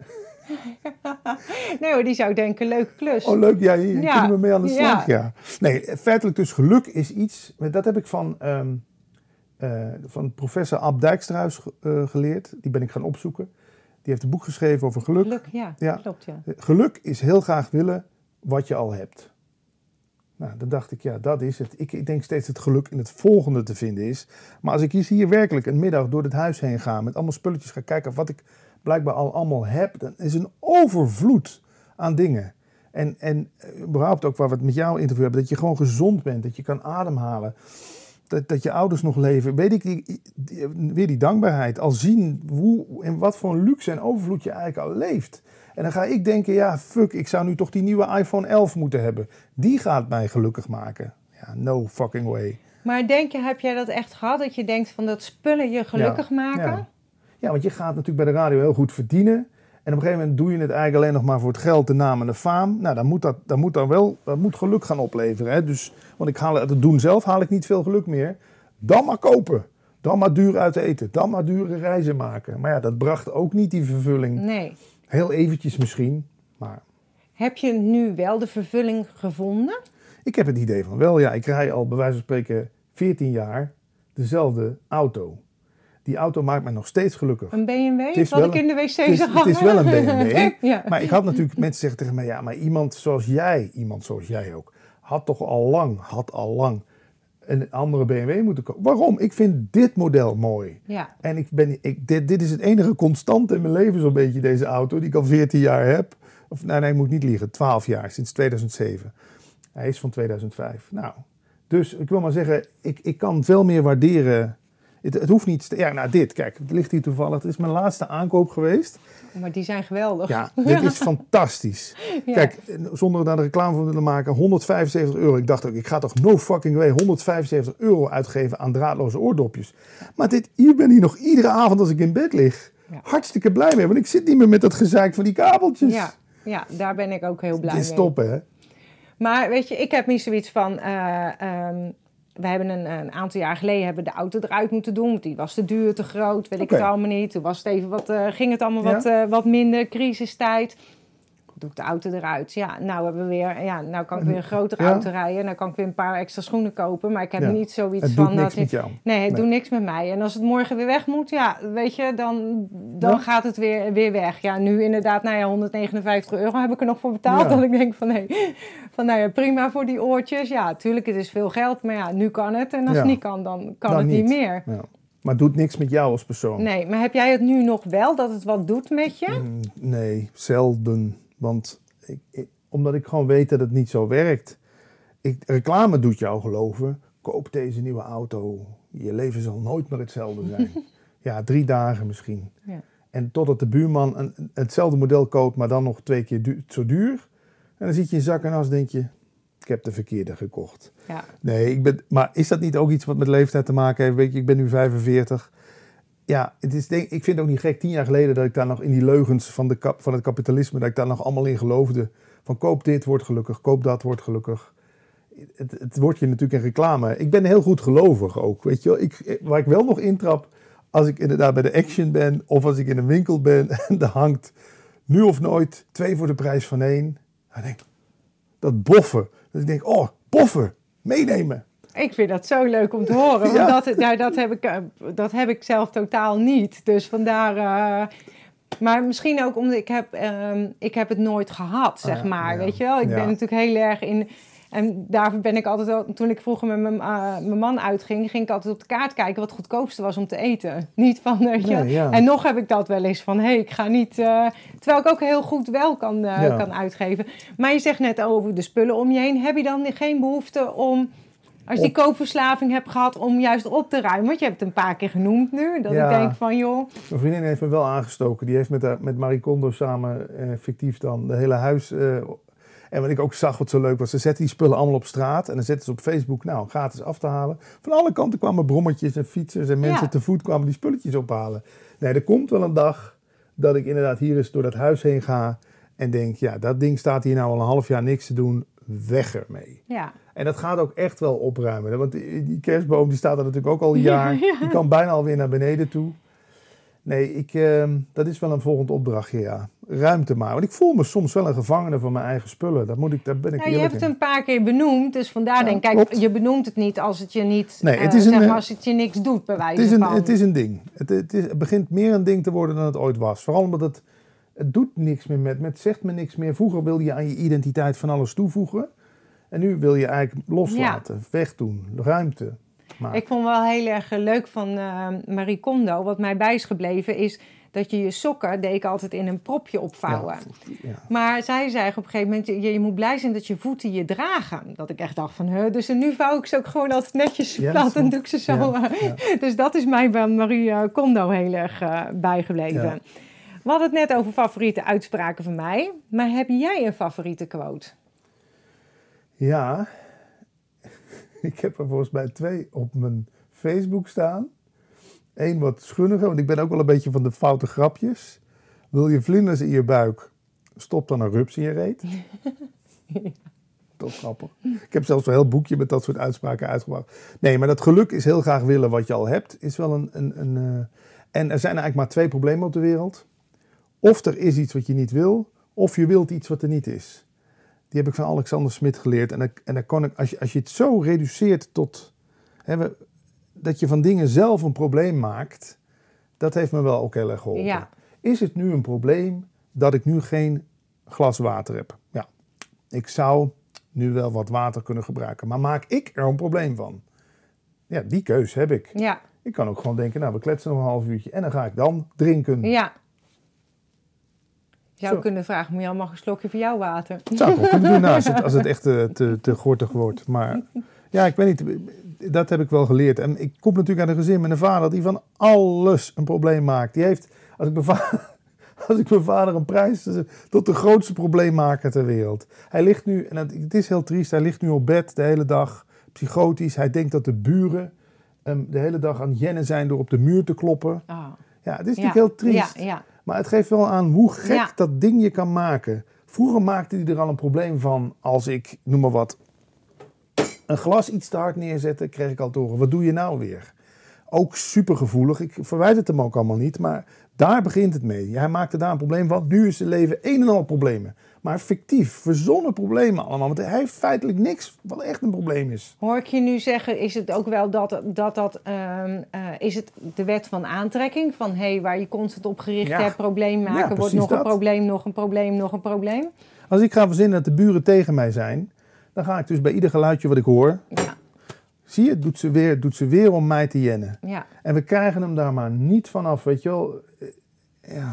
[SPEAKER 1] Nee hoor, die zou denken, leuke klus.
[SPEAKER 2] Oh leuk, ja, hier ja. kunnen we mee aan de slag. Ja. Ja. Nee, feitelijk dus geluk is iets, dat heb ik van, um, uh, van professor Ab Dijksterhuis uh, geleerd. Die ben ik gaan opzoeken. Die heeft een boek geschreven over geluk.
[SPEAKER 1] Geluk, ja, ja. klopt ja.
[SPEAKER 2] Geluk is heel graag willen wat je al hebt. Nou, dan dacht ik, ja, dat is het. Ik, ik denk steeds dat het geluk in het volgende te vinden is. Maar als ik hier werkelijk een middag door het huis heen ga, met allemaal spulletjes ga kijken wat ik blijkbaar al allemaal heb, dan is een overvloed aan dingen. En, en überhaupt ook waar we het met jou interview hebben, dat je gewoon gezond bent, dat je kan ademhalen. Dat, dat je ouders nog leven. Weet ik, die, die, weer die dankbaarheid. Al zien hoe en wat voor een luxe en overvloed je eigenlijk al leeft. En dan ga ik denken, ja, fuck, ik zou nu toch die nieuwe iPhone elf moeten hebben. Die gaat mij gelukkig maken. Ja, no fucking way.
[SPEAKER 1] Maar denk je, heb jij dat echt gehad? Dat je denkt van dat spullen je gelukkig
[SPEAKER 2] ja,
[SPEAKER 1] maken?
[SPEAKER 2] Ja. ja, want je gaat natuurlijk bij de radio heel goed verdienen. En op een gegeven moment doe je het eigenlijk alleen nog maar voor het geld, de naam en de faam. Nou, dan moet dat, dan moet dan wel, dat moet geluk gaan opleveren. Hè? Dus, want ik haal het doen zelf haal ik niet veel geluk meer. Dan maar kopen. Dan maar duur uit eten. Dan maar dure reizen maken. Maar ja, dat bracht ook niet die vervulling.
[SPEAKER 1] Nee.
[SPEAKER 2] Heel eventjes misschien, maar...
[SPEAKER 1] Heb je nu wel de vervulling gevonden?
[SPEAKER 2] Ik heb het idee van wel, ja. Ik rij al bij wijze van spreken veertien jaar dezelfde auto. Die auto maakt mij nog steeds gelukkig.
[SPEAKER 1] Een B M W? Wat ik in de wc zag.
[SPEAKER 2] Het is wel een B M W.
[SPEAKER 1] Ja.
[SPEAKER 2] Maar ik had natuurlijk, mensen zeggen tegen mij, ja, maar iemand zoals jij, iemand zoals jij ook, had toch al lang, had al lang een andere B M W moeten kopen. Waarom? Ik vind dit model mooi.
[SPEAKER 1] Ja.
[SPEAKER 2] En ik ben, ik, dit, dit is het enige constant in mijn leven zo'n beetje, deze auto, die ik al veertien jaar heb. Of nee, nee, ik moet niet liegen, twaalf jaar, sinds tweeduizend zeven. Hij is van tweeduizend vijf. Nou, dus ik wil maar zeggen, ik, ik kan veel meer waarderen. Het, het hoeft niet... Ja, nou dit, kijk, het ligt hier toevallig. Het is mijn laatste aankoop geweest.
[SPEAKER 1] Maar die zijn geweldig.
[SPEAKER 2] Ja, dit is fantastisch.
[SPEAKER 1] Ja. Kijk,
[SPEAKER 2] zonder daar de reclame voor te willen maken, honderdvijfenzeventig euro. Ik dacht ook, ik ga toch no fucking way honderdvijfenzeventig euro uitgeven aan draadloze oordopjes. Maar dit, hier ben ik nog iedere avond als ik in bed lig. Ja. Hartstikke blij mee, want ik zit niet meer met dat gezeik van die kabeltjes.
[SPEAKER 1] Ja, ja, daar ben ik ook heel blij mee.
[SPEAKER 2] Het is top, hè?
[SPEAKER 1] Maar weet je, ik heb niet zoiets van... Uh, um, we hebben een, een aantal jaar geleden hebben de auto eruit moeten doen. Want die was te duur, te groot, weet ik okay. het allemaal niet. Toen was het even wat, uh, ging het allemaal ja. wat, uh, wat minder, crisistijd. Doe ik de auto eruit. Ja, nou hebben we weer, ja, nou kan ik weer een grotere ja. auto rijden. Nou kan ik weer een paar extra schoenen kopen. Maar ik heb ja. niet zoiets
[SPEAKER 2] het
[SPEAKER 1] van...
[SPEAKER 2] Het doet niks
[SPEAKER 1] dat
[SPEAKER 2] met jou.
[SPEAKER 1] Nee, het
[SPEAKER 2] nee.
[SPEAKER 1] doet niks met mij. En als het morgen weer weg moet, ja, weet je, dan, dan ja. gaat het weer, weer weg. Ja, nu inderdaad, nou ja, honderdnegenenvijftig euro heb ik er nog voor betaald. Ja. Dat ik denk van, nee, van nou ja, prima voor die oortjes. Ja, tuurlijk, het is veel geld. Maar ja, nu kan het. En als ja. het niet kan, dan kan
[SPEAKER 2] dan
[SPEAKER 1] het niet,
[SPEAKER 2] niet
[SPEAKER 1] meer.
[SPEAKER 2] Ja. Maar het doet niks met jou als persoon.
[SPEAKER 1] Nee, maar heb jij het nu nog wel, dat het wat doet met je?
[SPEAKER 2] Mm, nee, zelden. Want... Ik, ik, omdat ik gewoon weet dat het niet zo werkt. Ik, reclame doet jou geloven. Koop deze nieuwe auto. Je leven zal nooit meer hetzelfde zijn. Ja, drie dagen misschien. Ja. En totdat de buurman een, hetzelfde model koopt, maar dan nog twee keer du- zo duur. En dan zit je in zak en as, denk je, ik heb de verkeerde gekocht.
[SPEAKER 1] Ja.
[SPEAKER 2] Nee, ik ben, maar is dat niet ook iets wat met leeftijd te maken heeft? Weet je, ik ben nu vijfenveertig. Ja, het is denk, ik vind het ook niet gek, tien jaar geleden dat ik daar nog in die leugens van, de, van het kapitalisme, dat ik daar nog allemaal in geloofde. Van koop dit, word gelukkig, koop dat, word gelukkig. Het, het wordt je natuurlijk een reclame. Ik ben heel goed gelovig ook, weet je wel. Ik, waar ik wel nog intrap, als ik inderdaad bij de Action ben of als ik in een winkel ben en daar hangt nu of nooit twee voor de prijs van één. Dan denk ik, dat boffen. Dat ik denk, oh, boffen, meenemen.
[SPEAKER 1] Ik vind dat zo leuk om te horen. Want ja. dat, nou, dat, heb ik, dat heb ik zelf totaal niet. Dus vandaar... Uh, maar misschien ook omdat ik heb, um, ik heb het nooit gehad, zeg maar. Uh, ja. Weet je wel? Ik ja. ben natuurlijk heel erg in... En daarvoor ben ik altijd... Al, toen ik vroeger met mijn, uh, mijn man uitging... ging ik altijd op de kaart kijken wat het goedkoopste was om te eten. Niet van... Weet je, nee, ja. En nog heb ik dat wel eens van... Hé, hey, ik ga niet... Uh, terwijl ik ook heel goed wel kan, uh, ja. kan uitgeven. Maar je zegt net over de spullen om je heen. Heb je dan geen behoefte om... Als je die koopverslaving hebt gehad om juist op te ruimen. Want je hebt het een paar keer genoemd nu. Dat ja. ik denk van joh...
[SPEAKER 2] Mijn vriendin heeft me wel aangestoken. Die heeft met, haar, met Marie Kondo samen eh, fictief dan de hele huis... Uh, en wat ik ook zag wat zo leuk was. Ze zetten die spullen allemaal op straat. En dan zetten ze op Facebook nou gratis af te halen. Van alle kanten kwamen brommetjes en fietsers en mensen ja. te voet kwamen die spulletjes ophalen. Nee, er komt wel een dag dat ik inderdaad hier eens door dat huis heen ga. En denk ja, dat ding staat hier nou al een half jaar niks te doen. Weg ermee.
[SPEAKER 1] Ja.
[SPEAKER 2] En dat gaat ook echt wel opruimen. Want die kerstboom die staat er natuurlijk ook al een jaar. Ja, ja. Die kan bijna alweer naar beneden toe. Nee, ik, uh, dat is wel een volgend opdrachtje, ja. Ruimte maar. Want ik voel me soms wel een gevangene van mijn eigen spullen. Dat moet ik, daar ben ik
[SPEAKER 1] nou, je hebt het
[SPEAKER 2] in.
[SPEAKER 1] een paar keer benoemd. Dus vandaar ja, denk ik, kijk, je benoemt het niet als het je niet,
[SPEAKER 2] nee, het
[SPEAKER 1] uh,
[SPEAKER 2] is een,
[SPEAKER 1] zeg maar, als het je niks doet, bij wijze
[SPEAKER 2] het is een,
[SPEAKER 1] van.
[SPEAKER 2] Het is een ding. Het, het, is, het begint meer een ding te worden dan het ooit was. Vooral omdat het, het doet niks meer met me. Het zegt me niks meer. Vroeger wilde je aan je identiteit van alles toevoegen. En nu wil je eigenlijk loslaten, ja. wegdoen, ruimte. Maar...
[SPEAKER 1] Ik vond wel heel erg leuk van uh, Marie Kondo. Wat mij bij is gebleven is dat je je sokken, deed ik altijd in een propje opvouwen. Ja, ja. Maar zij zei op een gegeven moment, je, je moet blij zijn dat je voeten je dragen. Dat ik echt dacht van, huh, dus nu vouw ik ze ook gewoon altijd netjes
[SPEAKER 2] ja,
[SPEAKER 1] plat
[SPEAKER 2] zo.
[SPEAKER 1] en doe ik ze zo. Ja, ja. Dus dat is mij bij Marie Kondo heel erg uh, bijgebleven. Ja. We hadden het net over favoriete uitspraken van mij. Maar heb jij een favoriete quote?
[SPEAKER 2] Ja, ik heb er volgens mij twee op mijn Facebook staan. Eén wat schunniger, want ik ben ook wel een beetje van de foute grapjes. Wil je vlinders in je buik, stop dan een rups in je reet. Ja. Toch grappig. Ik heb zelfs een heel boekje met dat soort uitspraken uitgebracht. Nee, maar dat geluk is heel graag willen wat je al hebt, is wel een... een, een uh... En er zijn eigenlijk maar twee problemen op de wereld. Of er is iets wat je niet wil, of je wilt iets wat er niet is. Die heb ik van Alexander Smit geleerd. En dan, en dan kon ik, als je, als je het zo reduceert tot... Hè, we, dat je van dingen zelf een probleem maakt, dat heeft me wel ook heel erg geholpen. Ja. Is het nu een probleem dat ik nu geen glas water heb? Ja, ik zou nu wel wat water kunnen gebruiken, maar maak ik er een probleem van? Ja, die keus heb ik. Ja. Ik kan ook gewoon denken, nou, we kletsen nog een half uurtje en dan ga ik dan drinken.
[SPEAKER 1] Ja. Je zou Zo. kunnen vragen, moet je al mag een slokje voor jouw water?
[SPEAKER 2] Dat zou ik ook kunnen doen, nou, als, het, als het echt te, te, te gortig wordt. Maar ja, ik weet niet, dat heb ik wel geleerd. En ik kom natuurlijk uit een gezin met een vader die van alles een probleem maakt. Die heeft, als ik mijn vader, als ik mijn vader een prijs tot de grootste probleemmaker ter wereld. Hij ligt nu, en het is heel triest, hij ligt nu op bed de hele dag, psychotisch. Hij denkt dat de buren um, de hele dag aan het jennen zijn door op de muur te kloppen. Oh. Ja, het is ja. natuurlijk heel triest. Ja, ja. Maar het geeft wel aan hoe gek ja. dat ding je kan maken. Vroeger maakte hij er al een probleem van als ik, noem maar wat, een glas iets te hard neerzette, kreeg ik al te horen, wat doe je nou weer? Ook supergevoelig, ik verwijt het hem ook allemaal niet, maar daar begint het mee. Hij maakte daar een probleem van, nu is zijn leven een en al problemen. Maar fictief, verzonnen problemen allemaal, want hij heeft feitelijk niks wat echt een probleem is.
[SPEAKER 1] Hoor ik je nu zeggen, is het ook wel dat, dat, dat uh, uh, is het de wet van aantrekking? Van hé, hey, waar je constant op gericht ja. hebt, probleem maken, ja, wordt nog dat. een probleem, nog een probleem, nog een probleem?
[SPEAKER 2] Als ik ga verzinnen dat de buren tegen mij zijn, dan ga ik dus bij ieder geluidje wat ik hoor, ja. zie je, doet ze, weer, doet ze weer om mij te jennen. Ja. En we krijgen hem daar maar niet vanaf, weet je wel. Ja.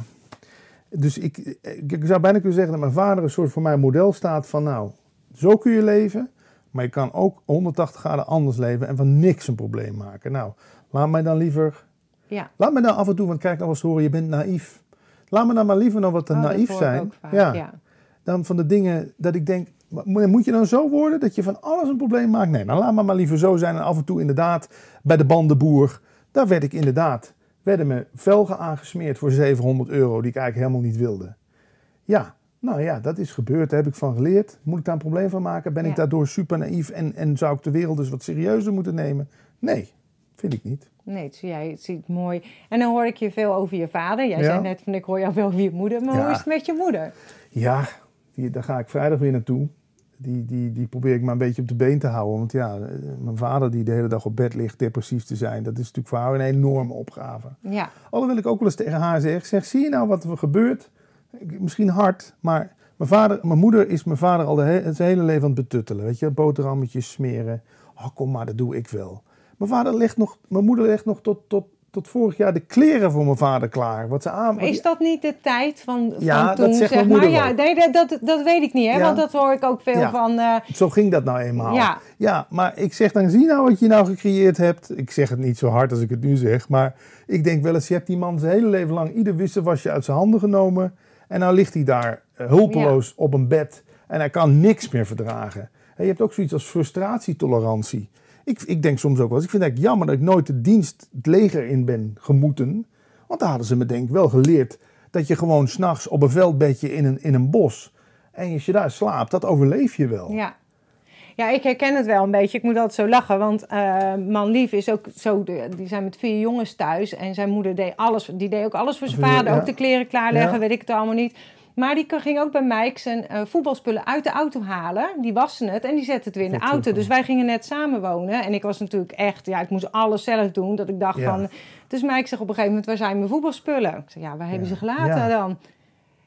[SPEAKER 2] Dus ik, ik zou bijna kunnen zeggen dat mijn vader een soort voor mij model staat van nou, zo kun je leven, maar je kan ook honderdtachtig graden anders leven en van niks een probleem maken. Nou, laat mij dan liever, ja. laat mij dan af en toe, want kijk nou eens te horen, je bent naïef. Laat me dan maar liever nog wat te oh, naïef zijn. Ja. ja. Dan van de dingen dat ik denk, moet je dan zo worden dat je van alles een probleem maakt? Nee, dan laat me maar liever zo zijn en af en toe inderdaad bij de bandenboer, daar werd ik inderdaad... werden me velgen aangesmeerd voor zevenhonderd euro die ik eigenlijk helemaal niet wilde. Ja, nou ja, dat is gebeurd. Daar heb ik van geleerd. Moet ik daar een probleem van maken? Ben ja. ik daardoor super naïef en, en zou ik de wereld dus wat serieuzer moeten nemen? Nee, vind ik niet.
[SPEAKER 1] Nee, het zie jij, het ziet mooi. En dan hoor ik je veel over je vader. Jij ja. zei net van ik hoor jou wel over je moeder. Maar ja. hoe is het met je moeder?
[SPEAKER 2] Ja, die, daar ga ik vrijdag weer naartoe. Die, die, die probeer ik maar een beetje op de been te houden. Want ja, mijn vader die de hele dag op bed ligt depressief te zijn, dat is natuurlijk voor haar een enorme opgave. Ja. Alhoewel ik ook wel eens tegen haar zeg, zeg, zie je nou wat er gebeurt? Misschien hard, maar mijn, vader, mijn moeder is mijn vader al de he- zijn hele leven aan het betuttelen. Weet je, boterhammetjes smeren. Oh, kom maar, dat doe ik wel. Mijn vader legt nog, mijn moeder legt nog tot, tot, tot vorig jaar de kleren voor mijn vader klaar. Wat ze aan,
[SPEAKER 1] is dat niet de tijd van, van
[SPEAKER 2] ja,
[SPEAKER 1] toen?
[SPEAKER 2] Dat zegt
[SPEAKER 1] zeg
[SPEAKER 2] mijn moeder
[SPEAKER 1] maar. Ja, nee, dat, dat, dat weet ik niet, hè? Ja. Want dat hoor ik ook veel ja. van. Uh...
[SPEAKER 2] Zo ging dat nou eenmaal. Ja. ja, maar ik zeg dan, zie nou wat je nou gecreëerd hebt. Ik zeg het niet zo hard als ik het nu zeg, maar ik denk wel eens, je hebt die man zijn hele leven lang ieder wisselwasje uit zijn handen genomen. En nou ligt hij daar uh, hulpeloos ja. op een bed en hij kan niks meer verdragen. En je hebt ook zoiets als frustratietolerantie. Ik, ik denk soms ook wel eens, ik vind het eigenlijk jammer dat ik nooit de dienst, het leger in ben gemoeten. Want daar hadden ze me denk ik wel geleerd dat je gewoon 's nachts op een veldbedje in een, in een bos, en als je daar slaapt, dat overleef je wel.
[SPEAKER 1] Ja. Ja, ik herken het wel een beetje. Ik moet altijd zo lachen, want uh, Manlief is ook zo, die zijn met vier jongens thuis en zijn moeder deed alles, die deed ook alles voor zijn vader, ja. ook de kleren klaarleggen, ja. weet ik het allemaal niet. Maar die ging ook bij Mike zijn uh, voetbalspullen uit de auto halen. Die wassen het en die zetten het weer in de auto. Dus wij gingen net samen wonen. En ik was natuurlijk echt, ja, ik moest alles zelf doen. Dat ik dacht ja. van, dus Mike zegt op een gegeven moment, waar zijn mijn voetbalspullen? Ik zeg, ja, waar hebben ja. ze gelaten ja. dan?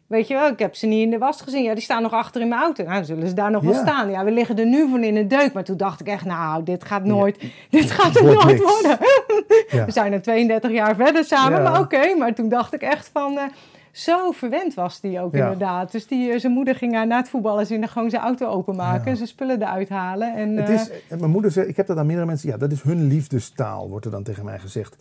[SPEAKER 1] Weet je wel, ik heb ze niet in de was gezien. Ja, die staan nog achter in mijn auto. Nou, dan zullen ze daar nog
[SPEAKER 2] Ja.
[SPEAKER 1] wel staan. Ja, we liggen er nu van in de deuk. Maar toen dacht ik echt, nou, dit gaat nooit, ja. dit gaat er
[SPEAKER 2] Wordt
[SPEAKER 1] nooit
[SPEAKER 2] niks.
[SPEAKER 1] worden.
[SPEAKER 2] Ja.
[SPEAKER 1] We zijn er tweeëndertig jaar verder samen,
[SPEAKER 2] Ja.
[SPEAKER 1] maar oké. Okay. Maar toen dacht ik echt van, uh, zo verwend was die ook
[SPEAKER 2] Ja.
[SPEAKER 1] inderdaad. Dus die, uh, zijn moeder ging uh, na het voetballen zien, gewoon zijn auto openmaken.
[SPEAKER 2] Ja.
[SPEAKER 1] En zijn spullen eruit halen. En, uh,
[SPEAKER 2] Het is, mijn moeder zegt, ik heb dat aan meerdere mensen, ja, dat is hun liefdestaal, wordt er dan tegen mij gezegd.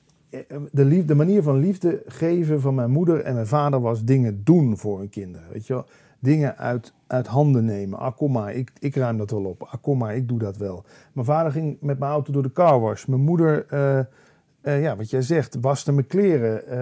[SPEAKER 2] De, lief, de manier van liefde geven van mijn moeder en mijn vader was dingen doen voor hun kinderen. Weet je wel? Dingen uit, uit handen nemen. Ah, kom maar, ik, ik ruim dat wel op. Ah, kom maar, ik doe dat wel. Mijn vader ging met mijn auto door de carwash. Mijn moeder, uh, uh, ja, wat jij zegt, waste mijn kleren. Uh,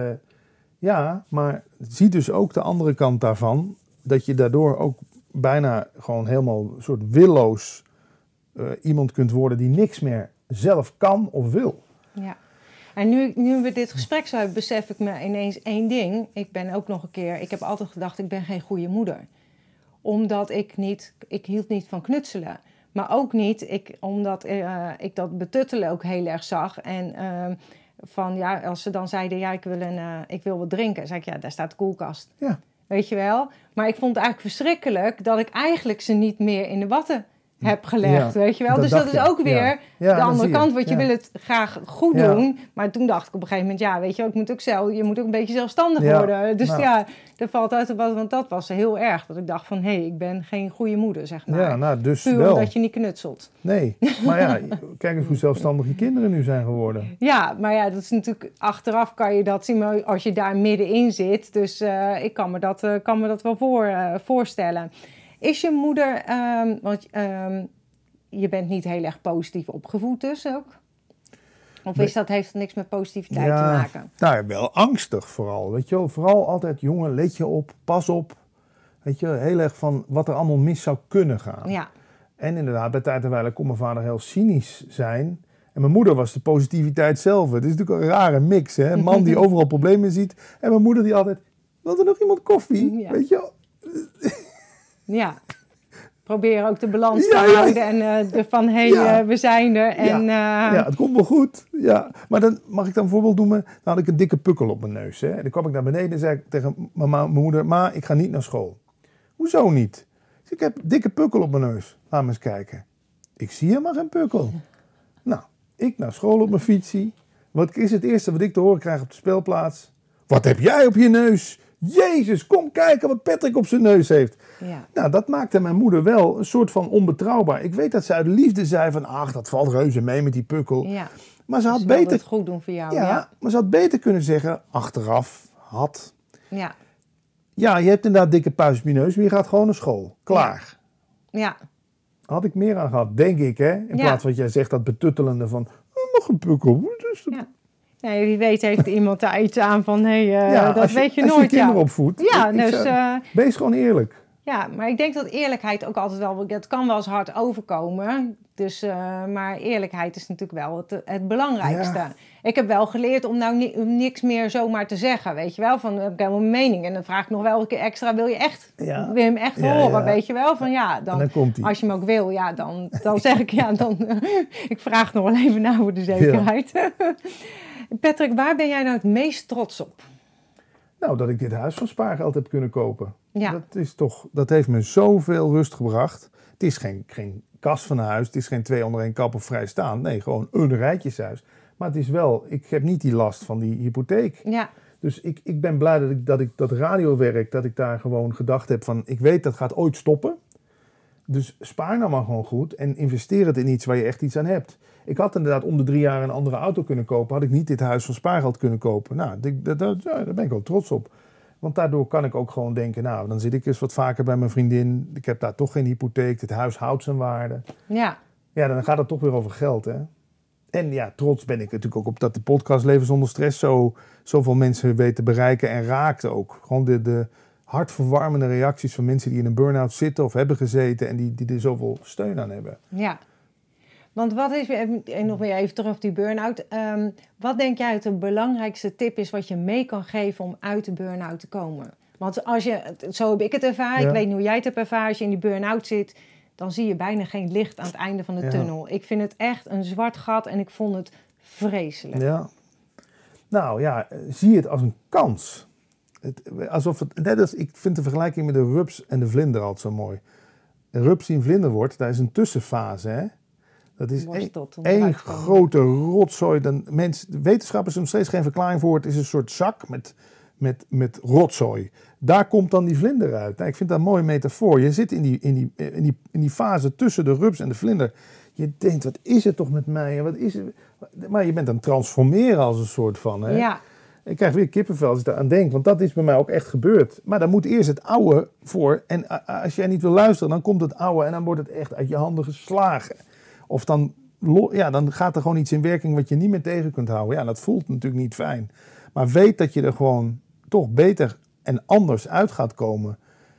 [SPEAKER 2] ja, maar zie dus ook de andere kant daarvan. Dat je daardoor ook bijna gewoon helemaal een soort willoos uh, iemand kunt worden die niks meer zelf kan of wil.
[SPEAKER 1] Ja. En nu, nu we dit gesprek zo hebben, besef ik me ineens één ding. Ik ben ook nog een keer, ik heb altijd gedacht, ik ben geen goede moeder. Omdat ik niet, ik hield niet van knutselen. Maar ook niet, ik, omdat uh, ik dat betuttelen ook heel erg zag. En uh, van, ja, als ze dan zeiden, ja, ik wil, een, uh, ik wil wat drinken. Zei ik, ja, daar staat de koelkast.
[SPEAKER 2] Ja.
[SPEAKER 1] Weet je wel? Maar ik vond het eigenlijk verschrikkelijk dat ik eigenlijk ze niet meer in de watten heb gelegd, ja, weet je wel. Dus dat is ook je. weer ja. Ja, de andere kant, want je ja. wil het graag goed ja. doen. Maar toen dacht ik op een gegeven moment, ja, weet je wel, ik moet ook zelf, je moet ook een beetje zelfstandig ja. worden. Dus nou. ja, er valt uit, want dat was heel erg. Dat ik dacht van, hé, hey, ik ben geen goede moeder, zeg maar.
[SPEAKER 2] Ja, nou, dus
[SPEAKER 1] puur
[SPEAKER 2] wel.
[SPEAKER 1] omdat je niet knutselt.
[SPEAKER 2] Nee, maar ja, kijk eens hoe zelfstandig je kinderen nu zijn geworden.
[SPEAKER 1] Ja, maar ja, dat is natuurlijk, achteraf kan je dat zien als je daar middenin zit. Dus uh, ik kan me dat, uh, kan me dat wel voor, uh, voorstellen. Is je moeder, um, want um, je bent niet heel erg positief opgevoed dus ook? Of is dat, heeft het niks met positiviteit ja, te maken?
[SPEAKER 2] Nou, wel angstig vooral, weet je wel. Vooral altijd, jongen, let je op, pas op. Weet je, heel erg van wat er allemaal mis zou kunnen gaan.
[SPEAKER 1] Ja.
[SPEAKER 2] En inderdaad, bij tijd en wijle kon mijn vader heel cynisch zijn. En mijn moeder was de positiviteit zelf. Het is natuurlijk een rare mix, hè. Een man die overal problemen ziet. En mijn moeder die altijd, wil er nog iemand koffie? Ja. Weet je wel.
[SPEAKER 1] Ja, probeer ook de balans ja, te houden ja. en uh, de van hé, hey, ja. uh, we zijn er. En,
[SPEAKER 2] ja.
[SPEAKER 1] Uh...
[SPEAKER 2] ja, het komt wel goed. Ja. Maar dan mag ik dan een voorbeeld noemen. Dan had ik een dikke pukkel op mijn neus. Hè. En dan kwam ik naar beneden en zei ik tegen mijn, ma- mijn moeder, ma, ik ga niet naar school. Hoezo niet? Ik heb een dikke pukkel op mijn neus. Laat me eens kijken. Ik zie helemaal geen pukkel. Nou, ik naar school op mijn fietsie. Wat is het eerste wat ik te horen krijg op de speelplaats? Wat heb jij op je neus? Jezus, kom kijken wat Patrick op zijn neus heeft.
[SPEAKER 1] Ja.
[SPEAKER 2] Nou, dat maakte mijn moeder wel een soort van onbetrouwbaar. Ik weet dat ze uit liefde zei van, ach, dat valt reuze mee met die pukkel.
[SPEAKER 1] Ja.
[SPEAKER 2] Maar ze had
[SPEAKER 1] dus
[SPEAKER 2] beter
[SPEAKER 1] het goed doen voor jou.
[SPEAKER 2] Ja,
[SPEAKER 1] ja,
[SPEAKER 2] maar ze had beter kunnen zeggen, achteraf, had.
[SPEAKER 1] Ja.
[SPEAKER 2] Ja, je hebt inderdaad dikke puis op je neus, maar je gaat gewoon naar school. Klaar.
[SPEAKER 1] Ja. ja.
[SPEAKER 2] Had ik meer aan gehad, denk ik, hè? In
[SPEAKER 1] ja.
[SPEAKER 2] plaats van wat jij zegt, dat betuttelende van, oh, nog een pukkel. Dus
[SPEAKER 1] ja. Nee, wie weet heeft iemand daar iets aan van, hé, hey, uh, ja, dat
[SPEAKER 2] je,
[SPEAKER 1] weet je
[SPEAKER 2] als
[SPEAKER 1] nooit.
[SPEAKER 2] Als je kinderen
[SPEAKER 1] ja.
[SPEAKER 2] opvoedt,
[SPEAKER 1] ja,
[SPEAKER 2] ik,
[SPEAKER 1] dus,
[SPEAKER 2] ik zou,
[SPEAKER 1] uh,
[SPEAKER 2] wees gewoon eerlijk.
[SPEAKER 1] Ja, maar ik denk dat eerlijkheid ook altijd wel, het kan wel eens hard overkomen. Dus, uh, maar eerlijkheid is natuurlijk wel het, het belangrijkste. Ja. Ik heb wel geleerd om nou ni- niks meer zomaar te zeggen, weet je wel. Van, heb ik helemaal mijn mening. En dan vraag ik nog wel een keer extra, wil je echt,
[SPEAKER 2] ja.
[SPEAKER 1] wil je hem echt
[SPEAKER 2] ja,
[SPEAKER 1] horen,
[SPEAKER 2] ja.
[SPEAKER 1] weet je wel. Van ja, dan,
[SPEAKER 2] dan komt
[SPEAKER 1] als je hem ook wil, ja, dan, dan zeg ik ja, dan, uh, ik vraag nog wel even na voor de zekerheid. Ja. Patrick, waar ben jij nou het meest trots op?
[SPEAKER 2] Nou, dat ik dit huis van spaargeld heb kunnen kopen.
[SPEAKER 1] Ja.
[SPEAKER 2] Dat is toch, dat heeft me zoveel rust gebracht. Het is geen, geen kast van een huis, het is geen twee onder één kap of vrijstaand. Nee, gewoon een rijtjeshuis. Maar het is wel, ik heb niet die last van die hypotheek.
[SPEAKER 1] Ja.
[SPEAKER 2] Dus ik, ik ben blij dat ik, dat ik dat radiowerk, dat ik daar gewoon gedacht heb van, ik weet dat gaat ooit stoppen. Dus spaar nou maar gewoon goed en investeer het in iets waar je echt iets aan hebt. Ik had inderdaad om de drie jaar een andere auto kunnen kopen. Had ik niet dit huis van spaargeld kunnen kopen. Nou, dat, dat, daar ben ik wel trots op. Want daardoor kan ik ook gewoon denken, nou, dan zit ik eens wat vaker bij mijn vriendin. Ik heb daar toch geen hypotheek. Het huis houdt zijn waarde.
[SPEAKER 1] Ja.
[SPEAKER 2] Ja, dan gaat het toch weer over geld, hè. En ja, trots ben ik natuurlijk ook op dat de podcast Leven zonder Stress zo, zoveel mensen weet te bereiken en raakt ook. Gewoon de, de hartverwarmende reacties van mensen die in een burn-out zitten of hebben gezeten en die, die er zoveel steun aan hebben.
[SPEAKER 1] Ja. Want wat is, en nog weer even terug op die burn-out. Um, wat denk jij dat de belangrijkste tip is wat je mee kan geven om uit de burn-out te komen? Want als je, zo heb ik het ervaren, ja. Ik weet niet hoe jij het hebt ervaren, als je in die burn-out zit, dan zie je bijna geen licht aan het einde van de ja. tunnel. Ik vind het echt een zwart gat en ik vond het vreselijk.
[SPEAKER 2] Ja. Nou ja, zie het als een kans. Het, alsof het, net als, ik vind de vergelijking met de rups en de vlinder altijd zo mooi. Een rups die een vlinder wordt, daar is een tussenfase. Hè? Dat is één grote rotzooi. Dan, mensen, wetenschappers hebben nog steeds geen verklaring voor. Het is een soort zak met, met, met rotzooi. Daar komt dan die vlinder uit. Nou, ik vind dat een mooie metafoor. Je zit in die, in, die, in, die, in die fase tussen de rups en de vlinder. Je denkt, wat is het toch met mij? En wat is het? Maar je bent aan het transformeren als een soort van... Hè?
[SPEAKER 3] Ja.
[SPEAKER 2] Ik krijg weer kippenvel als ik daar aan denk. Want dat is bij mij ook echt gebeurd. Maar daar moet eerst het oude voor. En als jij niet wil luisteren, dan komt het oude. En dan wordt het echt uit je handen geslagen. Of dan, ja, dan gaat er gewoon iets in werking wat je niet meer tegen kunt houden. Ja, dat voelt natuurlijk niet fijn. Maar weet dat je er gewoon toch beter en anders uit gaat komen.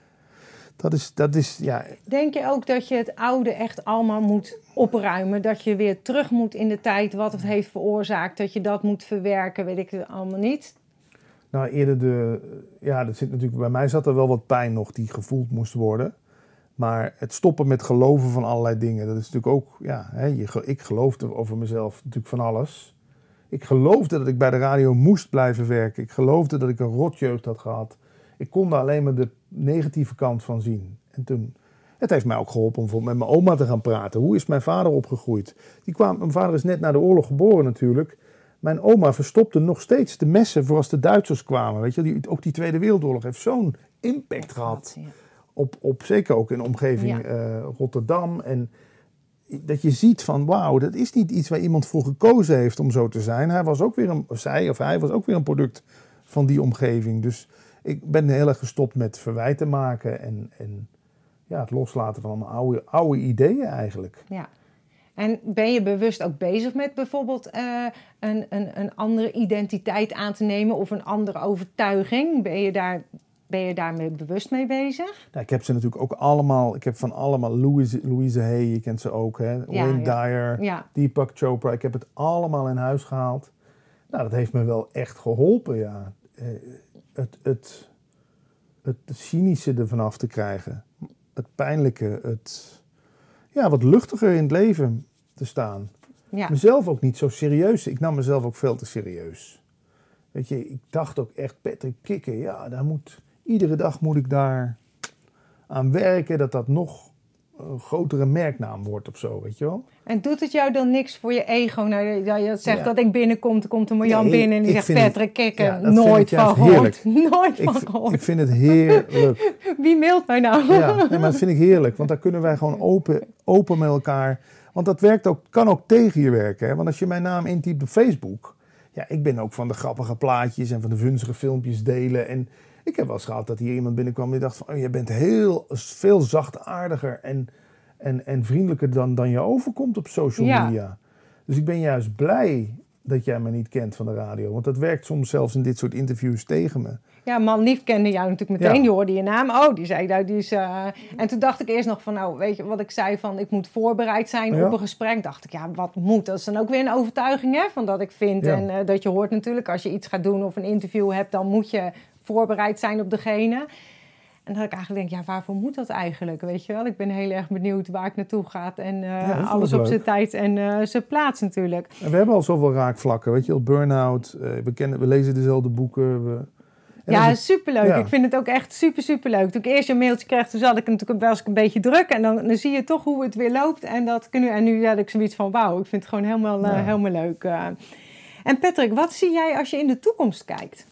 [SPEAKER 2] Dat is, dat is, ja...
[SPEAKER 3] Denk je ook dat je het oude echt allemaal moet opruimen? Dat je weer terug moet in de tijd wat het heeft veroorzaakt? Dat je dat moet verwerken, weet ik het allemaal niet?
[SPEAKER 2] Nou, eerder de... Ja, dat zit natuurlijk, bij mij zat er wel wat pijn nog die gevoeld moest worden. Maar het stoppen met geloven van allerlei dingen, dat is natuurlijk ook... Ja, hè, je, ik geloofde over mezelf natuurlijk van alles. Ik geloofde dat ik bij de radio moest blijven werken. Ik geloofde dat ik een rotjeugd had gehad. Ik kon daar alleen maar de negatieve kant van zien. En toen, het heeft mij ook geholpen om bijvoorbeeld met mijn oma te gaan praten. Hoe is mijn vader opgegroeid? Die kwam, mijn vader is net na de oorlog geboren natuurlijk. Mijn oma verstopte nog steeds de messen voor als de Duitsers kwamen. Weet je, die, ook die Tweede Wereldoorlog heeft zo'n impact gehad. Ja. Op, op, zeker ook in de omgeving ja. uh, Rotterdam. En dat je ziet van wauw, dat is niet iets waar iemand voor gekozen heeft om zo te zijn. Hij was ook weer een, of zij of hij was ook weer een product van die omgeving. Dus ik ben heel erg gestopt met verwijten maken en, en ja, het loslaten van allemaal oude, oude ideeën eigenlijk.
[SPEAKER 3] Ja. En ben je bewust ook bezig met bijvoorbeeld uh, een, een, een andere identiteit aan te nemen of een andere overtuiging? Ben je daar, ben je daarmee bewust mee bezig?
[SPEAKER 2] Nou, ik heb ze natuurlijk ook allemaal, ik heb van allemaal, Louise, Louise Hay, je kent ze ook, hè? Ja, Wayne ja. Dyer, ja. Deepak Chopra, ik heb het allemaal in huis gehaald. Nou, dat heeft me wel echt geholpen, ja. Uh, Het, het, het cynische ervan af te krijgen. Het pijnlijke. Het ja, wat luchtiger in het leven te staan. Ja. Mezelf ook niet zo serieus. Ik nam mezelf ook veel te serieus. Weet je, ik dacht ook echt, Patrick Kikker, ja, daar moet, iedere dag moet ik daar aan werken. Dat dat nog een grotere merknaam wordt of zo, weet je wel.
[SPEAKER 3] En doet het jou dan niks voor je ego? Nou, je zegt ja. dat ik binnenkom, er komt een Marjan nee, binnen en die zegt Patrick Kikker, ja, nooit van gehoord. Nooit van gehoord.
[SPEAKER 2] Ik vind het heerlijk.
[SPEAKER 3] Wie mailt mij nou?
[SPEAKER 2] Ja, nee, maar dat vind ik heerlijk, want daar kunnen wij gewoon open, open met elkaar. Want dat werkt ook, kan ook tegen je werken. Hè? Want als je mijn naam intypt op Facebook, ja, ik ben ook van de grappige plaatjes en van de vunzige filmpjes delen. En ik heb wel eens gehad dat hier iemand binnenkwam die dacht van, oh, je bent heel, veel zachtaardiger en... En, en vriendelijker dan, dan je overkomt op social media. Ja. Dus ik ben juist blij dat jij me niet kent van de radio. Want dat werkt soms zelfs in dit soort interviews tegen me.
[SPEAKER 3] Ja, Man Lief kende jou natuurlijk meteen. Ja. Die hoorde je naam. Oh, die zei nou, die is... Uh... En toen dacht ik eerst nog van, nou, weet je wat ik zei van... ik moet voorbereid zijn ja. op een gesprek. Dacht ik, ja, wat moet? Dat is dan ook weer een overtuiging, hè, van dat ik vind. Ja. En uh, dat je hoort natuurlijk, als je iets gaat doen of een interview hebt... dan moet je voorbereid zijn op degene... En dat ik eigenlijk denk, ja, waarvoor moet dat eigenlijk? Weet je wel, ik ben heel erg benieuwd waar ik naartoe ga. En uh, ja, alles op zijn tijd en uh, zijn plaats natuurlijk.
[SPEAKER 2] En we hebben al zoveel raakvlakken, weet je wel. Burn-out, uh, we, kennen, we lezen dezelfde boeken. We...
[SPEAKER 3] Ja, het... superleuk. Ja. Ik vind het ook echt super, superleuk. Toen ik eerst een mailtje kreeg, toen zat ik natuurlijk wel eens een beetje druk. En dan, dan zie je toch hoe het weer loopt. En, dat kun je, en nu had ik zoiets van, wauw, ik vind het gewoon helemaal, ja. uh, helemaal leuk. Uh. En Patrick, wat zie jij als je in de toekomst kijkt?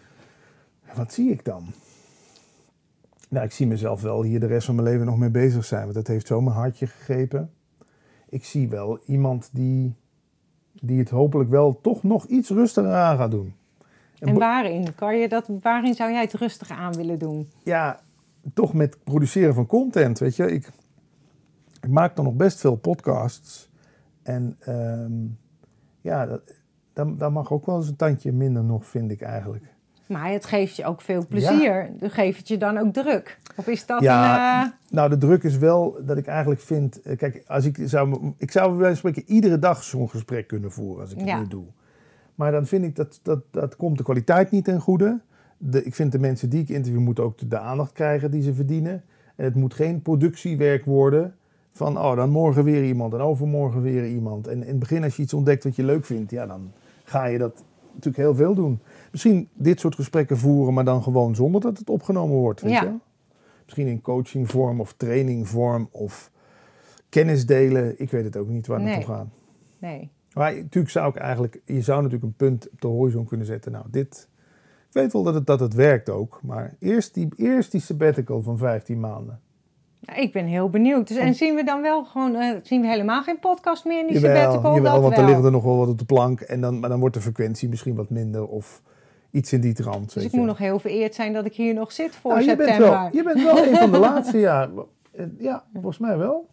[SPEAKER 2] Wat zie ik dan? Nou, ik zie mezelf wel hier de rest van mijn leven nog mee bezig zijn. Want dat heeft zo mijn hartje gegrepen. Ik zie wel iemand die, die het hopelijk wel toch nog iets rustiger aan gaat doen.
[SPEAKER 3] En, en waarin? Kan je dat, waarin zou jij het rustiger aan willen doen?
[SPEAKER 2] Ja, toch met het produceren van content, weet je. Ik, ik maak dan nog best veel podcasts. En um, ja, dat, dat, dat mag ook wel eens een tandje minder nog, vind ik eigenlijk.
[SPEAKER 3] Maar het geeft je ook veel plezier. Ja. Geeft het je dan ook druk? Of is dat
[SPEAKER 2] ja,
[SPEAKER 3] een... Uh...
[SPEAKER 2] Nou, de druk is wel dat ik eigenlijk vind... Kijk, als ik zou, ik zou bij wijze van spreken iedere dag zo'n gesprek kunnen voeren als ik het ja. nu doe. Maar dan vind ik dat, dat, dat komt de kwaliteit niet ten goede. De, ik vind de mensen die ik interview moeten ook de, de aandacht krijgen die ze verdienen. En het moet geen productiewerk worden van... oh, dan morgen weer iemand en overmorgen weer iemand. En in het begin als je iets ontdekt wat je leuk vindt... ja, dan ga je dat natuurlijk heel veel doen. Misschien dit soort gesprekken voeren, maar dan gewoon zonder dat het opgenomen wordt. Weet
[SPEAKER 3] Ja.
[SPEAKER 2] je? Misschien in coachingvorm of trainingvorm of kennis delen. Ik weet het ook niet waar we
[SPEAKER 3] Nee.
[SPEAKER 2] naartoe gaan.
[SPEAKER 3] Nee.
[SPEAKER 2] Maar natuurlijk zou ik eigenlijk, je zou natuurlijk een punt op de horizon kunnen zetten. Nou, dit, ik weet wel dat het, dat het werkt ook, maar eerst die, eerst die sabbatical van vijftien maanden.
[SPEAKER 3] Nou, ik ben heel benieuwd. Dus, en zien we dan wel gewoon, uh, zien we helemaal geen podcast meer in die
[SPEAKER 2] Jawel,
[SPEAKER 3] sabbatical?
[SPEAKER 2] jawel,
[SPEAKER 3] Dat
[SPEAKER 2] want
[SPEAKER 3] wel.
[SPEAKER 2] er liggen er nog wel wat op de plank. En dan, maar dan wordt de frequentie misschien wat minder of iets in die trant.
[SPEAKER 3] Dus
[SPEAKER 2] weet
[SPEAKER 3] ik
[SPEAKER 2] je
[SPEAKER 3] moet
[SPEAKER 2] wel.
[SPEAKER 3] nog heel vereerd zijn dat ik hier nog zit voor
[SPEAKER 2] Nou, je bent
[SPEAKER 3] september.
[SPEAKER 2] wel, je bent wel een van de laatste, ja. Ja, volgens mij wel.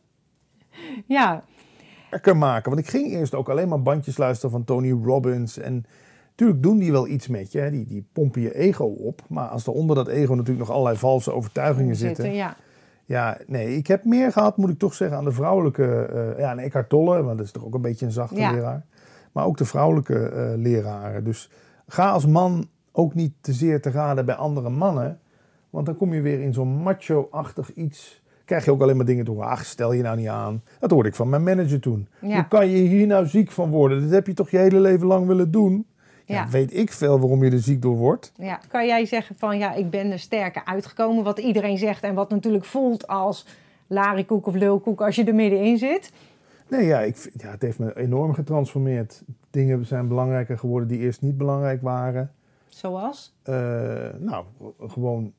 [SPEAKER 3] Ja,
[SPEAKER 2] Lekker maken. Want ik ging eerst ook alleen maar bandjes luisteren van Tony Robbins. En natuurlijk doen die wel iets met je. Hè. Die, die pompen je ego op. Maar als er onder dat ego natuurlijk nog allerlei valse overtuigingen zitten.
[SPEAKER 3] zitten, ja.
[SPEAKER 2] Ja, nee, ik heb meer gehad, moet ik toch zeggen, aan de vrouwelijke... Uh, ja, en Eckhart Tolle, want dat is toch ook een beetje een zachte
[SPEAKER 3] Ja.
[SPEAKER 2] leraar. Maar ook de vrouwelijke uh, leraren. Dus ga als man ook niet te zeer te raden bij andere mannen. Want dan kom je weer in zo'n macho-achtig iets... Krijg je ook alleen maar dingen te horen. Ach, stel je nou niet aan. Dat hoorde ik van mijn manager toen.
[SPEAKER 3] Ja.
[SPEAKER 2] Hoe kan je hier nou ziek van worden? Dat heb je toch je hele leven lang willen doen? Ja,
[SPEAKER 3] Ja.
[SPEAKER 2] weet ik veel waarom je er ziek door wordt.
[SPEAKER 3] Ja. Kan jij zeggen van ja, ik ben er sterker uitgekomen, wat iedereen zegt en wat natuurlijk voelt als larikoek of lulkoek als je er middenin zit?
[SPEAKER 2] Nee, ja, ik, vind- ja, het heeft me enorm getransformeerd. Dingen zijn belangrijker geworden die eerst niet belangrijk waren.
[SPEAKER 3] Zoals?
[SPEAKER 2] Uh, nou, gewoon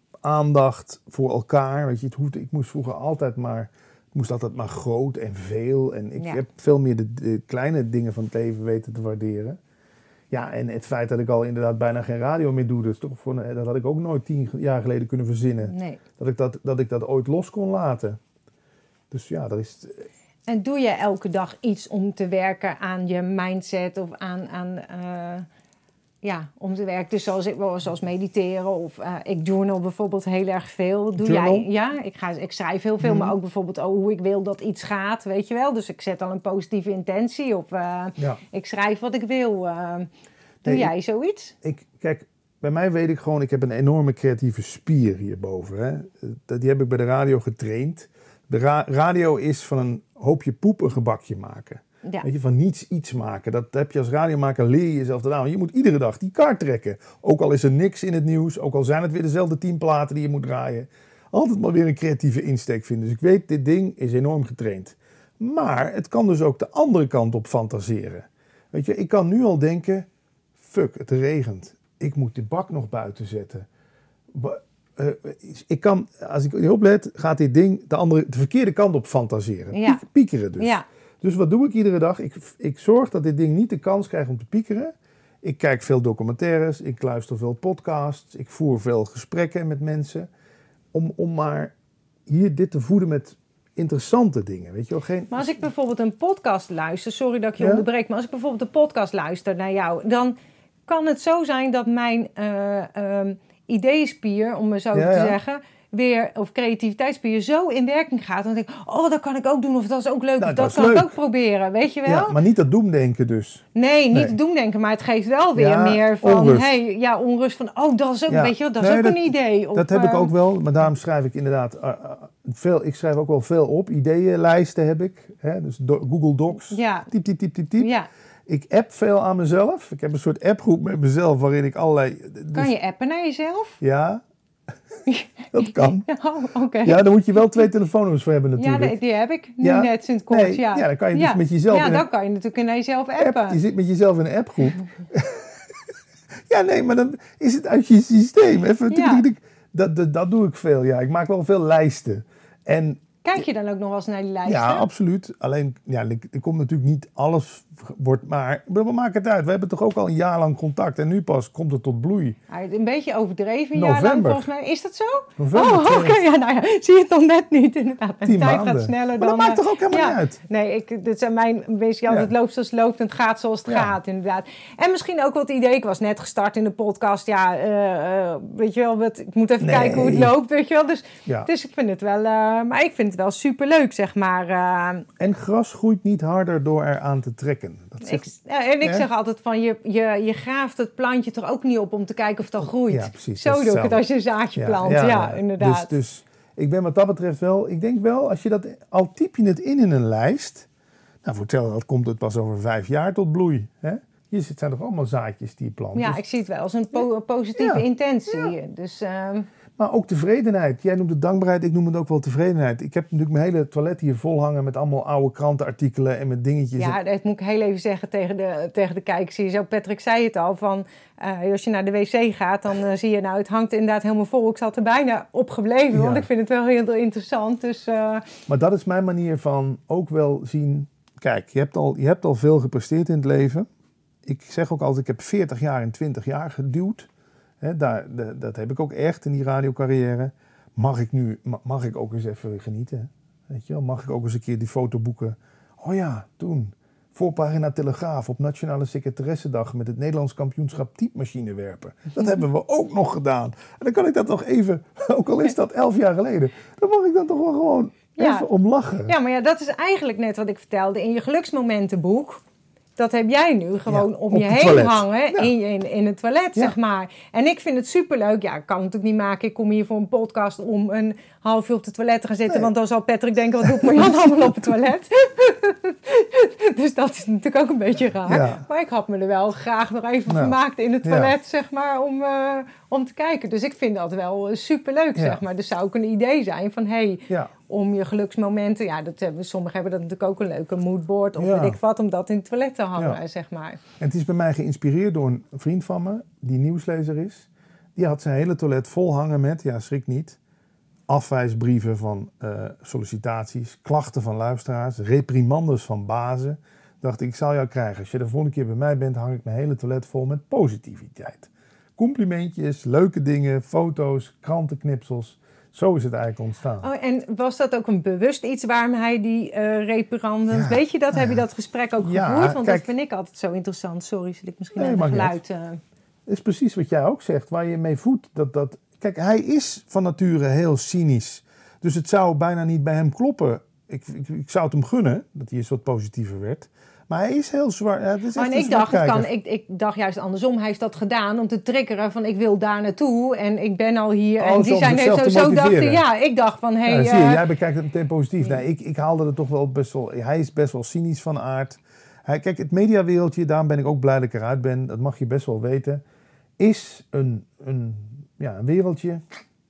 [SPEAKER 2] aandacht voor elkaar. Weet je, het hoeft, ik moest vroeger altijd maar, het moest altijd maar groot en veel. En ik
[SPEAKER 3] Ja.
[SPEAKER 2] heb veel meer de, de kleine dingen van het leven weten te waarderen. Ja, en het feit dat ik al inderdaad bijna geen radio meer doe, dus toch voor, dat had ik ook nooit tien jaar geleden kunnen verzinnen.
[SPEAKER 3] Nee.
[SPEAKER 2] Dat ik dat, dat ik dat ooit los kon laten. Dus ja, dat is...
[SPEAKER 3] En doe je elke dag iets om te werken aan je mindset of aan, aan uh, ja, om te werken? Dus zoals, ik, zoals mediteren of uh, ik journal bijvoorbeeld heel erg veel. Doe
[SPEAKER 2] Journal?
[SPEAKER 3] jij? Ja, ik, ga, ik schrijf heel veel,
[SPEAKER 2] Mhm.
[SPEAKER 3] maar ook bijvoorbeeld oh, hoe ik wil dat iets gaat, weet je wel. Dus ik zet al een positieve intentie of uh,
[SPEAKER 2] Ja.
[SPEAKER 3] ik schrijf wat ik wil. Uh, doe
[SPEAKER 2] Nee,
[SPEAKER 3] jij zoiets?
[SPEAKER 2] Ik, kijk, bij mij weet ik gewoon, ik heb een enorme creatieve spier hierboven. Hè. Die heb ik bij de radio getraind. De ra- radio is van een hoopje poep een gebakje maken.
[SPEAKER 3] Ja.
[SPEAKER 2] Weet je, van niets iets maken. Dat heb je als radiomaker, leer je jezelf dat aan. Want je moet iedere dag die kaart trekken. Ook al is er niks in het nieuws, ook al zijn het weer dezelfde tien platen die je moet draaien. Altijd maar weer een creatieve insteek vinden. Dus ik weet, dit ding is enorm getraind. Maar het kan dus ook de andere kant op fantaseren. Weet je, ik kan nu al denken, fuck, het regent. Ik moet de bak nog buiten zetten. Ba- uh, ik kan, als ik niet oplet, gaat dit ding de, andere, de verkeerde kant op fantaseren.
[SPEAKER 3] Ja.
[SPEAKER 2] Piek- piekeren dus.
[SPEAKER 3] Ja.
[SPEAKER 2] Dus wat doe ik iedere dag? Ik, ik zorg dat dit ding niet de kans krijgt om te piekeren. Ik kijk veel documentaires, ik luister veel podcasts, ik voer veel gesprekken met mensen. Om, om maar hier dit te voeden met interessante dingen. Weet je wel? Geen,
[SPEAKER 3] Maar als ik bijvoorbeeld een podcast luister, sorry dat ik je
[SPEAKER 2] Ja?
[SPEAKER 3] onderbreek, maar als ik bijvoorbeeld een podcast luister naar jou, dan kan het zo zijn dat mijn uh, um, ideeënspier, om het zo
[SPEAKER 2] Ja,
[SPEAKER 3] te
[SPEAKER 2] ja.
[SPEAKER 3] zeggen, weer, of creativiteitspier zo in werking gaat. Dan denk ik, oh, dat kan ik ook doen, of dat is ook leuk,
[SPEAKER 2] Nou,
[SPEAKER 3] of
[SPEAKER 2] dat
[SPEAKER 3] dat
[SPEAKER 2] is
[SPEAKER 3] kan
[SPEAKER 2] leuk.
[SPEAKER 3] ik ook proberen, weet je wel?
[SPEAKER 2] ja, maar niet dat doemdenken dus.
[SPEAKER 3] Nee, niet
[SPEAKER 2] Nee.
[SPEAKER 3] te doen denken, maar het geeft wel weer
[SPEAKER 2] Ja,
[SPEAKER 3] meer van,
[SPEAKER 2] onrust.
[SPEAKER 3] hey, ja, onrust van, oh, dat is ook,
[SPEAKER 2] Ja.
[SPEAKER 3] weet je wel, dat is
[SPEAKER 2] Nee,
[SPEAKER 3] ook
[SPEAKER 2] dat-
[SPEAKER 3] een idee. Of,
[SPEAKER 2] Dat heb ik
[SPEAKER 3] uh,
[SPEAKER 2] ook wel, maar daarom schrijf ik inderdaad uh, uh, veel. Ik schrijf ook wel veel op. Ideeënlijsten heb ik. Hè? Dus do- Google Docs.
[SPEAKER 3] Ja,
[SPEAKER 2] Typ, typ, typ, typ, typ.
[SPEAKER 3] ja.
[SPEAKER 2] Ik app veel aan mezelf. Ik heb een soort appgroep met mezelf waarin ik allerlei... Dus,
[SPEAKER 3] Kan je appen naar jezelf?
[SPEAKER 2] Ja, dat kan.
[SPEAKER 3] Oh, oké.
[SPEAKER 2] Ja, daar moet je wel twee telefoonnummers voor hebben
[SPEAKER 3] Ja,
[SPEAKER 2] natuurlijk.
[SPEAKER 3] nee, die heb ik nu
[SPEAKER 2] Ja.
[SPEAKER 3] net sinds kort.
[SPEAKER 2] Nee,
[SPEAKER 3] ja.
[SPEAKER 2] ja, dan kan je dus met jezelf
[SPEAKER 3] Ja,
[SPEAKER 2] in
[SPEAKER 3] dan
[SPEAKER 2] een
[SPEAKER 3] kan je natuurlijk naar jezelf
[SPEAKER 2] app.
[SPEAKER 3] appen.
[SPEAKER 2] Je zit met jezelf in een appgroep. Ja, nee, maar dan is het uit je systeem. Even,
[SPEAKER 3] Ja.
[SPEAKER 2] tik, tik, tik. Dat, dat, dat doe ik veel, ja. Ik maak wel veel lijsten. En
[SPEAKER 3] Kijk je dan ook nog wel eens naar die lijsten?
[SPEAKER 2] ja, absoluut. Alleen, ja, er, er komt natuurlijk niet alles, wordt, maar we maken het uit. We hebben toch ook al een jaar lang contact en nu pas komt het tot bloei.
[SPEAKER 3] Ja, een beetje overdreven, een jaar lang
[SPEAKER 2] November.
[SPEAKER 3] volgens mij. Is dat zo?
[SPEAKER 2] November
[SPEAKER 3] Oh, oké.
[SPEAKER 2] tweeduizend
[SPEAKER 3] Ja, nou ja, zie je het nog net niet inderdaad. De
[SPEAKER 2] tien
[SPEAKER 3] tijd
[SPEAKER 2] maanden.
[SPEAKER 3] gaat sneller
[SPEAKER 2] Maar
[SPEAKER 3] dan...
[SPEAKER 2] dat maakt
[SPEAKER 3] eh,
[SPEAKER 2] toch ook helemaal
[SPEAKER 3] ja.
[SPEAKER 2] niet uit?
[SPEAKER 3] Nee, ik, dit zijn mijn... Weet je, altijd
[SPEAKER 2] Ja.
[SPEAKER 3] loopt zoals het loopt en het gaat zoals het
[SPEAKER 2] Ja.
[SPEAKER 3] gaat, inderdaad. En misschien ook wat idee. Ik was net gestart in de podcast. Ja, eh, eh, weet je wel, wat, ik moet even
[SPEAKER 2] Nee.
[SPEAKER 3] kijken hoe het loopt, weet je wel. Dus,
[SPEAKER 2] Ja.
[SPEAKER 3] dus ik vind het wel... eh, maar ik vind het wel superleuk, zeg maar. eh,
[SPEAKER 2] En gras groeit niet harder door eraan te trekken. Dat
[SPEAKER 3] Ik,
[SPEAKER 2] zegt,
[SPEAKER 3] ja, en ik
[SPEAKER 2] hè?
[SPEAKER 3] zeg altijd van, je, je, je graaft het plantje toch ook niet op om te kijken of dat groeit.
[SPEAKER 2] Ja, precies,
[SPEAKER 3] Zo
[SPEAKER 2] dat is
[SPEAKER 3] doe ik het
[SPEAKER 2] hetzelfde.
[SPEAKER 3] als je een zaadje plant. Ja, inderdaad.
[SPEAKER 2] Dus, dus ik ben wat dat betreft wel, ik denk wel, als je dat, al typ je het in in een lijst, nou voor hetzelfde dat komt het pas over vijf jaar tot bloei. Hè? Je, het zijn toch allemaal zaadjes die je plant.
[SPEAKER 3] Ja,
[SPEAKER 2] dus,
[SPEAKER 3] ik zie het wel als een po- positieve
[SPEAKER 2] ja,
[SPEAKER 3] intentie.
[SPEAKER 2] Ja.
[SPEAKER 3] Dus, uh...
[SPEAKER 2] Maar ook tevredenheid. Jij noemt het dankbaarheid, ik noem het ook wel tevredenheid. Ik heb natuurlijk mijn hele toilet hier vol hangen met allemaal oude krantenartikelen en met dingetjes.
[SPEAKER 3] Ja, dat moet ik heel even zeggen tegen de, tegen de kijkers. Zo, Patrick zei het al, van uh, als je naar de wc gaat, dan uh, zie je, nou, het hangt inderdaad helemaal vol. Ik zat er bijna op gebleven, ja. want ik vind het wel heel interessant. Dus, uh...
[SPEAKER 2] Maar dat is mijn manier van ook wel zien, kijk, je hebt al, je hebt al veel gepresteerd in het leven. Ik zeg ook altijd, ik heb veertig jaar in twintig jaar geduwd. He, daar, de, dat heb ik ook echt in die radiocarrière. Mag ik nu, mag ik ook eens even genieten? Weet je wel? Mag ik ook eens een keer die foto boeken? Oh ja, toen. Voorpagina Telegraaf op Nationale Secretaressendag met het Nederlands kampioenschap typemachine werpen. Dat hebben we ook nog gedaan. En dan kan ik dat nog even, ook al is dat elf jaar geleden, dan mag ik dat toch wel gewoon ja. even om lachen.
[SPEAKER 3] Ja, maar ja, dat is eigenlijk net wat ik vertelde in je geluksmomentenboek. Dat heb jij nu gewoon ja, om je heen toilet. hangen ja. in, in, in het toilet, ja. zeg maar. En ik vind het superleuk. Ja, ik kan het natuurlijk niet maken. Ik kom hier voor een podcast om een half uur op het toilet te gaan zitten. Nee. Want dan zal Patrick denken, wat doet Marjan allemaal op het toilet? Dus dat is natuurlijk ook een beetje raar. Ja. Maar ik had me er wel graag nog even nou, vermaakt in het toilet, ja. zeg maar, om, uh, om te kijken. Dus ik vind dat wel superleuk, ja. zeg maar. Dus zou ook een idee zijn van, hé... Hey, ja. om je geluksmomenten, ja, dat hebben, sommigen hebben dat natuurlijk ook een leuke moodboard of ja. weet ik wat, om dat in het toilet te hangen, ja. zeg maar.
[SPEAKER 2] En het is bij mij geïnspireerd door een vriend van me, die nieuwslezer is. Die had zijn hele toilet vol hangen met, ja, schrik niet, afwijsbrieven van uh, sollicitaties, klachten van luisteraars, reprimandes van bazen. Dacht ik, ik zal jou krijgen. Als je de volgende keer bij mij bent, hang ik mijn hele toilet vol met positiviteit. Complimentjes, leuke dingen, foto's, krantenknipsels. Zo is het eigenlijk ontstaan.
[SPEAKER 3] Oh, en was dat ook een bewust iets waarom hij die uh, reparanden... Ja, weet je dat? Ja. Heb je dat gesprek ook ja, gevoerd? Want kijk, dat vind ik altijd zo interessant. Sorry, zit ik misschien nee, aan het geluid... Uh...
[SPEAKER 2] Dat is precies wat jij ook zegt, waar je mee voedt. Dat, dat... Kijk, hij is van nature heel cynisch. Dus het zou bijna niet bij hem kloppen. Ik, ik, ik zou het hem gunnen, dat hij eens wat positiever werd... Maar hij is heel zwaar. Ja, is
[SPEAKER 3] oh, en ik dacht, het kan, ik, ik dacht juist andersom. Hij heeft dat gedaan om te triggeren van ik wil daar naartoe en ik ben al hier.
[SPEAKER 2] Oh,
[SPEAKER 3] en die zijn net zo, zo dachten. Ja, ik dacht van hey.
[SPEAKER 2] Ja, zie je,
[SPEAKER 3] uh,
[SPEAKER 2] jij bekijkt het meteen positief. Nee, ik, ik haalde er toch wel best wel. Hij is best wel cynisch van aard. Hij, kijk, het mediawereldje, daarom ben ik ook blij dat ik eruit ben. Dat mag je best wel weten. Is een, een, ja, een wereldje.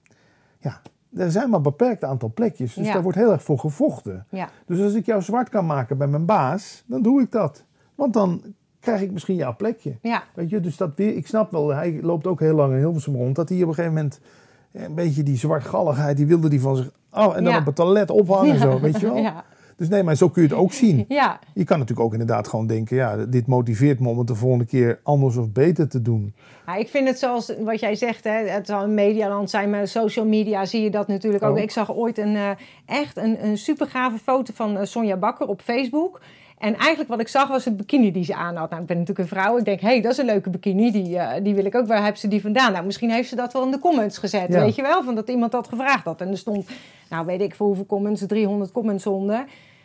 [SPEAKER 2] Ja. Er zijn maar een beperkt aantal plekjes, dus ja. daar wordt heel erg voor gevochten. Ja. Dus als ik jou zwart kan maken bij mijn baas, dan doe ik dat. Want dan krijg ik misschien jouw plekje. Ja. Weet je, dus dat weer, ik snap wel, hij loopt ook heel lang in Hilversum rond, dat hij op een gegeven moment een beetje die zwartgalligheid, die wilde die van zich, oh, en dan ja. op het toilet ophangen ja. zo, weet je wel. Ja. Dus nee, maar zo kun je het ook zien. Ja. Je kan natuurlijk ook inderdaad gewoon denken, ja, dit motiveert me om het de volgende keer anders of beter te doen.
[SPEAKER 3] Ja, ik vind het zoals wat jij zegt, hè, het zal een medialand zijn, maar social media zie je dat natuurlijk ook. ook. Ik zag ooit een uh, echt een, een super gave foto van uh, Sonja Bakker op Facebook. En eigenlijk wat ik zag was een bikini die ze aan had. Nou, ik ben natuurlijk een vrouw. Ik denk, hé, hey, dat is een leuke bikini. Die, uh, die wil ik ook. Waar heeft ze die vandaan? Nou, misschien heeft ze dat wel in de comments gezet. Ja. Weet je wel? Van dat iemand dat gevraagd had. En er stond, nou weet ik voor hoeveel comments, driehonderd comments onder.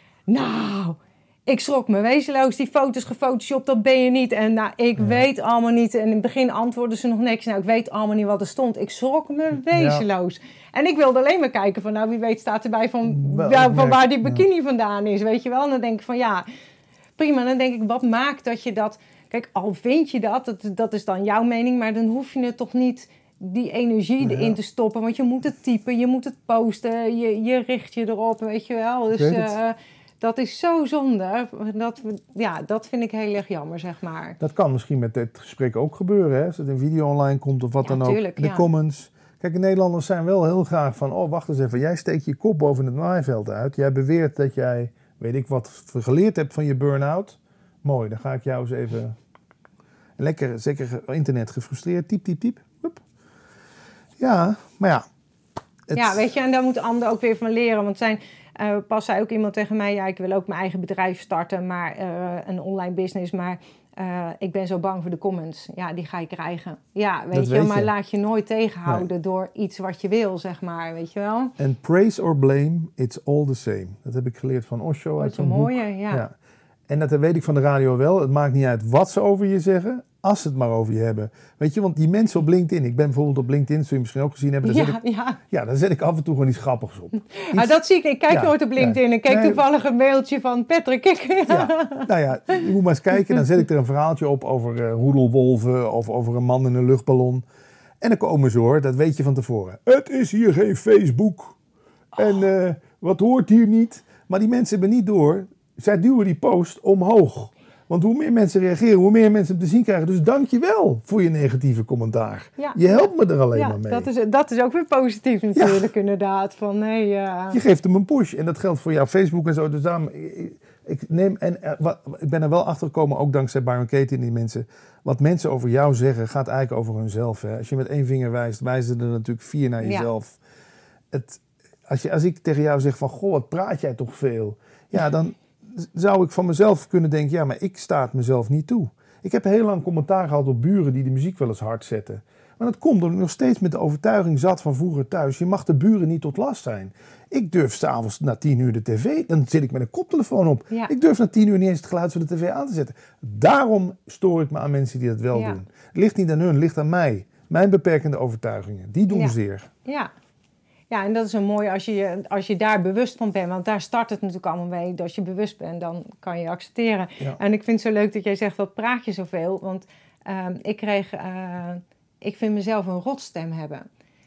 [SPEAKER 3] Nou, ik schrok me wezenloos. Die foto's gefotoshopt, dat ben je niet. En nou, ik ja. weet allemaal niet. En in het begin antwoordden ze nog niks. Nou, ik weet allemaal niet wat er stond. Ik schrok me wezenloos. Ja. En ik wilde alleen maar kijken van, nou, wie weet staat erbij van, Wel, ja, van waar die bikini ja. vandaan is. Weet je wel? En dan denk ik van, ja, prima. Dan denk ik, wat maakt dat je dat... Kijk, al vind je dat, dat, dat is dan jouw mening. Maar dan hoef je het toch niet die energie ja. erin te stoppen. Want je moet het typen, je moet het posten. Je, je richt je erop, weet je wel. Dus... Uh, dat is zo zonde. Dat, ja, dat vind ik heel erg jammer, zeg maar.
[SPEAKER 2] Dat kan misschien met dit gesprek ook gebeuren. Hè? Als het een video online komt of wat ja, dan tuurlijk, ook. De ja. comments. Kijk, de Nederlanders zijn wel heel graag van... Oh, wacht eens even. Jij steekt je kop boven het maaiveld uit. Jij beweert dat jij, weet ik wat, geleerd hebt van je burn-out. Mooi, dan ga ik jou eens even... Lekker, zeker internet gefrustreerd. Typ, typ, typ. Hup. Ja, maar ja.
[SPEAKER 3] Het... Ja, weet je, en daar moet anderen ook weer van leren. Want zijn... Uh, pas zei ook iemand tegen mij, ja, ik wil ook mijn eigen bedrijf starten, maar uh, een online business, maar uh, ik ben zo bang voor de comments. Ja, die ga je krijgen. Ja, weet dat je, weet maar je. Laat je nooit tegenhouden nee. door iets wat je wil, zeg maar, weet je wel.
[SPEAKER 2] And praise or blame, it's all the same. Dat heb ik geleerd van Osho uit zo'n boek.
[SPEAKER 3] Mooie, ja. ja.
[SPEAKER 2] En dat weet ik van de radio wel. Het maakt niet uit wat ze over je zeggen, als ze het maar over je hebben. Weet je, want die mensen op LinkedIn, ik ben bijvoorbeeld op LinkedIn, zul je misschien ook gezien hebben. Daar
[SPEAKER 3] Ja,
[SPEAKER 2] zet ik,
[SPEAKER 3] ja.
[SPEAKER 2] ja, daar zet ik af en toe gewoon iets grappigs op. Iets,
[SPEAKER 3] Ah, dat zie ik. Ik kijk
[SPEAKER 2] ja,
[SPEAKER 3] nooit op LinkedIn.
[SPEAKER 2] ja.
[SPEAKER 3] Ik keek
[SPEAKER 2] Nee.
[SPEAKER 3] toevallig een mailtje van Patrick. Ik,
[SPEAKER 2] Ja, nou ja, je moet maar eens kijken. Dan zet ik er een verhaaltje op over uh, roedelwolven of over een man in een luchtballon. En dan komen ze hoor, dat weet je van tevoren. Het is hier geen Facebook. Oh. En uh, wat hoort hier niet? Maar die mensen hebben niet door. Zij duwen die post omhoog. Want hoe meer mensen reageren, hoe meer mensen hem te zien krijgen. Dus dank je wel voor je negatieve commentaar. Ja. Je helpt me er alleen
[SPEAKER 3] ja,
[SPEAKER 2] maar mee.
[SPEAKER 3] Dat is, dat is ook weer positief natuurlijk, ja. inderdaad. Van, hey, uh...
[SPEAKER 2] Je geeft hem een push. En dat geldt voor jouw Facebook en zo. Dus daarom, ik, ik neem, en uh, wat, ik ben er wel achter gekomen, ook dankzij Byron Katie en die mensen. Wat mensen over jou zeggen, gaat eigenlijk over hunzelf. Hè. Als je met één vinger wijst, wijzen er natuurlijk vier naar jezelf. Ja. Het, als, je, als ik tegen jou zeg van, goh, wat praat jij toch veel? Ja, dan zou ik van mezelf kunnen denken, ja, maar ik sta het mezelf niet toe. Ik heb heel lang commentaar gehad op buren die de muziek wel eens hard zetten. Maar dat komt omdat ik nog steeds met de overtuiging zat van vroeger thuis. Je mag de buren niet tot last zijn. Ik durf s'avonds na tien uur de tv, dan zit ik met een koptelefoon op. Ja. Ik durf na tien uur niet eens het geluid van de tv aan te zetten. Daarom stoor ik me aan mensen die dat wel ja. doen. Het ligt niet aan hun, het ligt aan mij. Mijn beperkende overtuigingen, die doen
[SPEAKER 3] ja.
[SPEAKER 2] zeer.
[SPEAKER 3] Ja. Ja, en dat is een mooie als je, als je daar bewust van bent. Want daar start het natuurlijk allemaal mee. Als je bewust bent, dan kan je accepteren. Ja. En ik vind het zo leuk dat jij zegt, wat praat je zoveel? Want uh, ik kreeg... Uh, ik vind mezelf een rotstem hebben.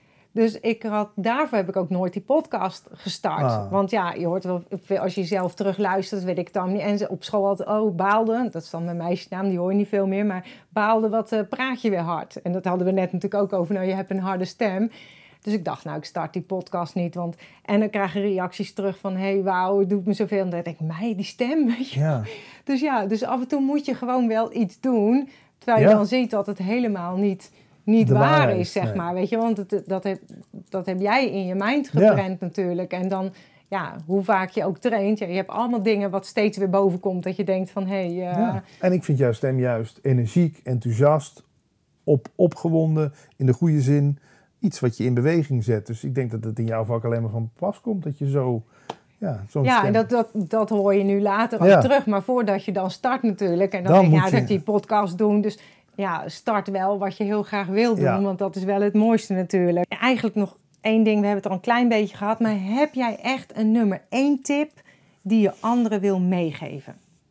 [SPEAKER 3] Dus ik had, daarvoor heb ik ook nooit die podcast gestart. Ah. Want ja, je hoort wel, als je zelf terugluistert, weet ik het dan niet. En ze op school had, oh, baalde. Dat is dan mijn meisjesnaam, die hoor je niet veel meer. Maar baalde, wat uh, praat je weer hard? En dat hadden we net natuurlijk ook over. Nou, je hebt een harde stem. Dus ik dacht, nou, ik start die podcast niet. Want... En dan krijg je reacties terug van, hé, hey, wauw, het doet me zoveel. En dan denk ik, mij, die stem, weet je. Ja. Dus ja, dus af en toe moet je gewoon wel iets doen. Terwijl je ja. dan ziet dat het helemaal niet... niet waar is, zeg nee. maar, weet je, want het, dat, heb, dat heb jij in je mind geprent ja. natuurlijk. En dan, ja, hoe vaak je ook traint, ja, je hebt allemaal dingen wat steeds weer boven komt, dat je denkt van, hé... Hey, uh... ja.
[SPEAKER 2] En ik vind jouw stem juist energiek, enthousiast, op, opgewonden, in de goede zin, iets wat je in beweging zet. Dus ik denk dat het in jouw vak alleen maar van pas komt, dat je zo... Ja, zo'n
[SPEAKER 3] ja
[SPEAKER 2] stem.
[SPEAKER 3] en dat, dat, dat hoor je nu later ook ja. terug, maar voordat je dan start natuurlijk, en dan, dan denk je, ja, je... dat die podcast doen, dus... Ja, start wel wat je heel graag wil doen, ja. want dat is wel het mooiste natuurlijk. Eigenlijk nog één ding, we hebben het al een klein beetje gehad, maar heb jij echt een nummer één tip die je anderen wil meegeven?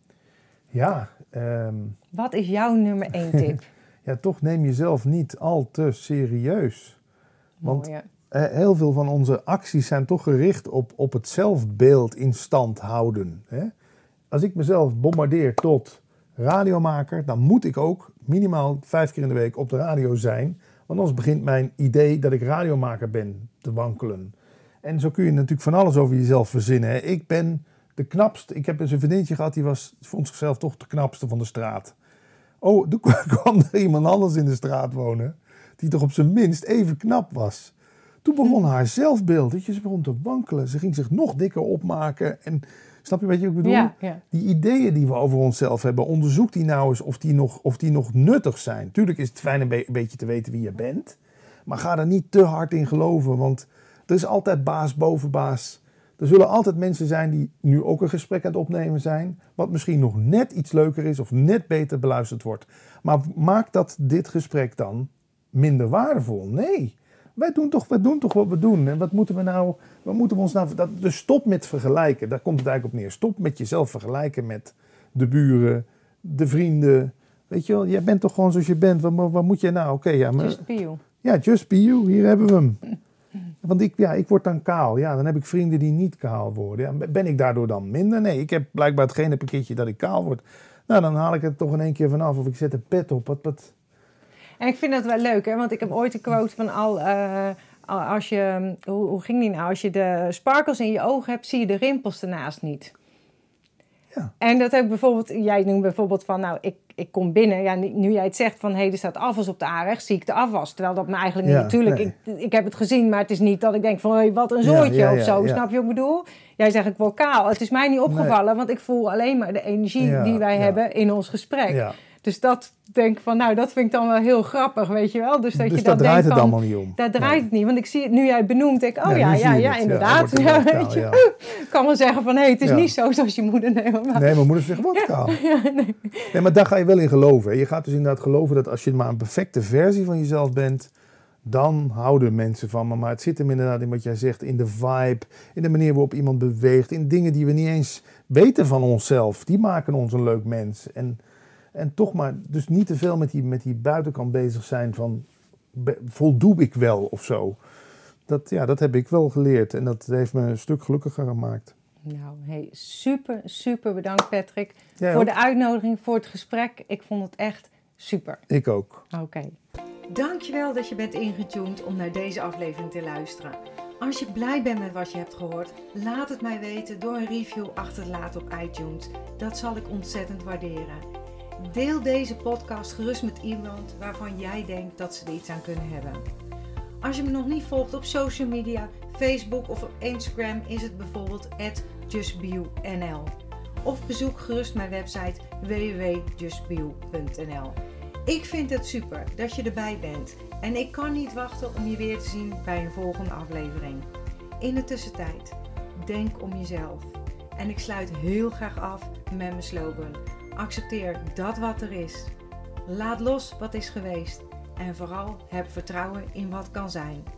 [SPEAKER 2] Ja. Um...
[SPEAKER 3] Wat is jouw nummer één tip?
[SPEAKER 2] Ja, toch neem jezelf niet al te serieus. Want Mooi, ja. heel veel van onze acties zijn toch gericht op, op het zelfbeeld in stand houden. Hè? Als ik mezelf bombardeer tot radiomaker, dan moet ik ook minimaal vijf keer in de week op de radio zijn. Want anders begint mijn idee dat ik radiomaker ben te wankelen. En zo kun je natuurlijk van alles over jezelf verzinnen. Hè. Ik ben de knapste. Ik heb eens een vriendinnetje gehad, die was, vond zichzelf toch de knapste van de straat. Oh, toen kwam er iemand anders in de straat wonen, die toch op zijn minst even knap was. Toen begon haar zelfbeeld, weet je, ze begon te wankelen. Ze ging zich nog dikker opmaken en... Snap je wat ik bedoel?
[SPEAKER 3] Ja, ja.
[SPEAKER 2] Die ideeën die we over onszelf hebben, onderzoek die nou eens of die nog, of die nog nuttig zijn. Tuurlijk is het fijn een, be- een beetje te weten wie je bent. Maar ga er niet te hard in geloven. Want er is altijd baas boven baas. Er zullen altijd mensen zijn die nu ook een gesprek aan het opnemen zijn. Wat misschien nog net iets leuker is of net beter beluisterd wordt. Maar maakt dat dit gesprek dan minder waardevol? Nee. Wij doen toch, wij doen toch wat we doen. En wat moeten we nou... Wat moeten we ons nou... Dat, dus stop met vergelijken. Daar komt het eigenlijk op neer. Stop met jezelf vergelijken met de buren, de vrienden. Weet je wel, jij bent toch gewoon zoals je bent. Wat, wat moet je nou? Oké, okay, ja, maar...
[SPEAKER 3] Just be you.
[SPEAKER 2] Ja, just be you. Hier hebben we hem. Want ik, ja, ik word dan kaal. Ja, dan heb ik vrienden die niet kaal worden. Ja, ben ik daardoor dan minder? Nee, ik heb blijkbaar het gene pakketje dat ik kaal word. Nou, dan haal ik het toch in één keer vanaf. Of ik zet een pet op. Wat... wat...
[SPEAKER 3] En ik vind dat wel leuk, hè? Want ik heb ooit een quote van al... Uh, als je, hoe, hoe ging die nou? Als je de sparkels in je ogen hebt, zie je de rimpels ernaast niet. Ja. En dat heb ik bijvoorbeeld... Jij noemt bijvoorbeeld van, nou, ik, ik kom binnen. Ja, nu jij het zegt van, hé, hey, er staat afwas op de aanrecht, zie ik de afwas. Terwijl dat me eigenlijk niet... Ja, natuurlijk, nee. ik, ik heb het gezien, maar het is niet dat ik denk van, hé, hey, wat een zooitje ja, ja, of zo. Ja, ja. Snap je wat ik bedoel? Jij zegt, ik word kaal. Het is mij niet opgevallen, nee. want ik voel alleen maar de energie ja, die wij ja. hebben in ons gesprek. Ja. Dus dat denk ik van, nou, dat vind ik dan wel heel grappig, weet je wel. Dus dat,
[SPEAKER 2] dus
[SPEAKER 3] je
[SPEAKER 2] dat
[SPEAKER 3] dat
[SPEAKER 2] draait
[SPEAKER 3] denkt
[SPEAKER 2] het
[SPEAKER 3] van,
[SPEAKER 2] allemaal niet om.
[SPEAKER 3] Daar draait
[SPEAKER 2] nee.
[SPEAKER 3] het niet, want ik zie het nu jij het benoemt, denk ik, oh
[SPEAKER 2] ja,
[SPEAKER 3] ja, ja, ja,
[SPEAKER 2] het.
[SPEAKER 3] inderdaad.
[SPEAKER 2] Ja,
[SPEAKER 3] ja,
[SPEAKER 2] kaal,
[SPEAKER 3] weet je.
[SPEAKER 2] ja.
[SPEAKER 3] Ik kan wel zeggen van, hé, hey, het is
[SPEAKER 2] ja.
[SPEAKER 3] niet zo zoals je moeder. Nee, maar,
[SPEAKER 2] nee mijn moeder zegt, wat kaal?
[SPEAKER 3] ja, nee.
[SPEAKER 2] nee, maar daar ga je wel in geloven. Hè. Je gaat dus inderdaad geloven dat als je maar een perfecte versie van jezelf bent, dan houden mensen van me. Maar het zit hem inderdaad in wat jij zegt, in de vibe, in de manier waarop iemand beweegt, in dingen die we niet eens weten van onszelf. Die maken ons een leuk mens. En, en toch maar, dus niet te veel met die, met die buitenkant bezig zijn van, be, voldoe ik wel of zo. Dat, ja, dat heb ik wel geleerd en dat heeft me een stuk gelukkiger gemaakt.
[SPEAKER 3] Nou, hey, super, super bedankt Patrick
[SPEAKER 2] Jij
[SPEAKER 3] voor
[SPEAKER 2] ook?
[SPEAKER 3] de uitnodiging, voor het gesprek. Ik vond het echt super.
[SPEAKER 2] Ik ook.
[SPEAKER 3] Oké. Okay.
[SPEAKER 1] Dankjewel dat je bent ingetuned om naar deze aflevering te luisteren. Als je blij bent met wat je hebt gehoord, laat het mij weten door een review achter te laten op iTunes. Dat zal ik ontzettend waarderen. Deel deze podcast gerust met iemand waarvan jij denkt dat ze er iets aan kunnen hebben. Als je me nog niet volgt op social media, Facebook of op Instagram is het bijvoorbeeld at just be you n l. Of bezoek gerust mijn website w w w punt just be you punt n l. Ik vind het super dat je erbij bent en ik kan niet wachten om je weer te zien bij een volgende aflevering. In de tussentijd, denk om jezelf. En ik sluit heel graag af met mijn slogan. Accepteer dat wat er is. Laat los wat is geweest. En vooral heb vertrouwen in wat kan zijn.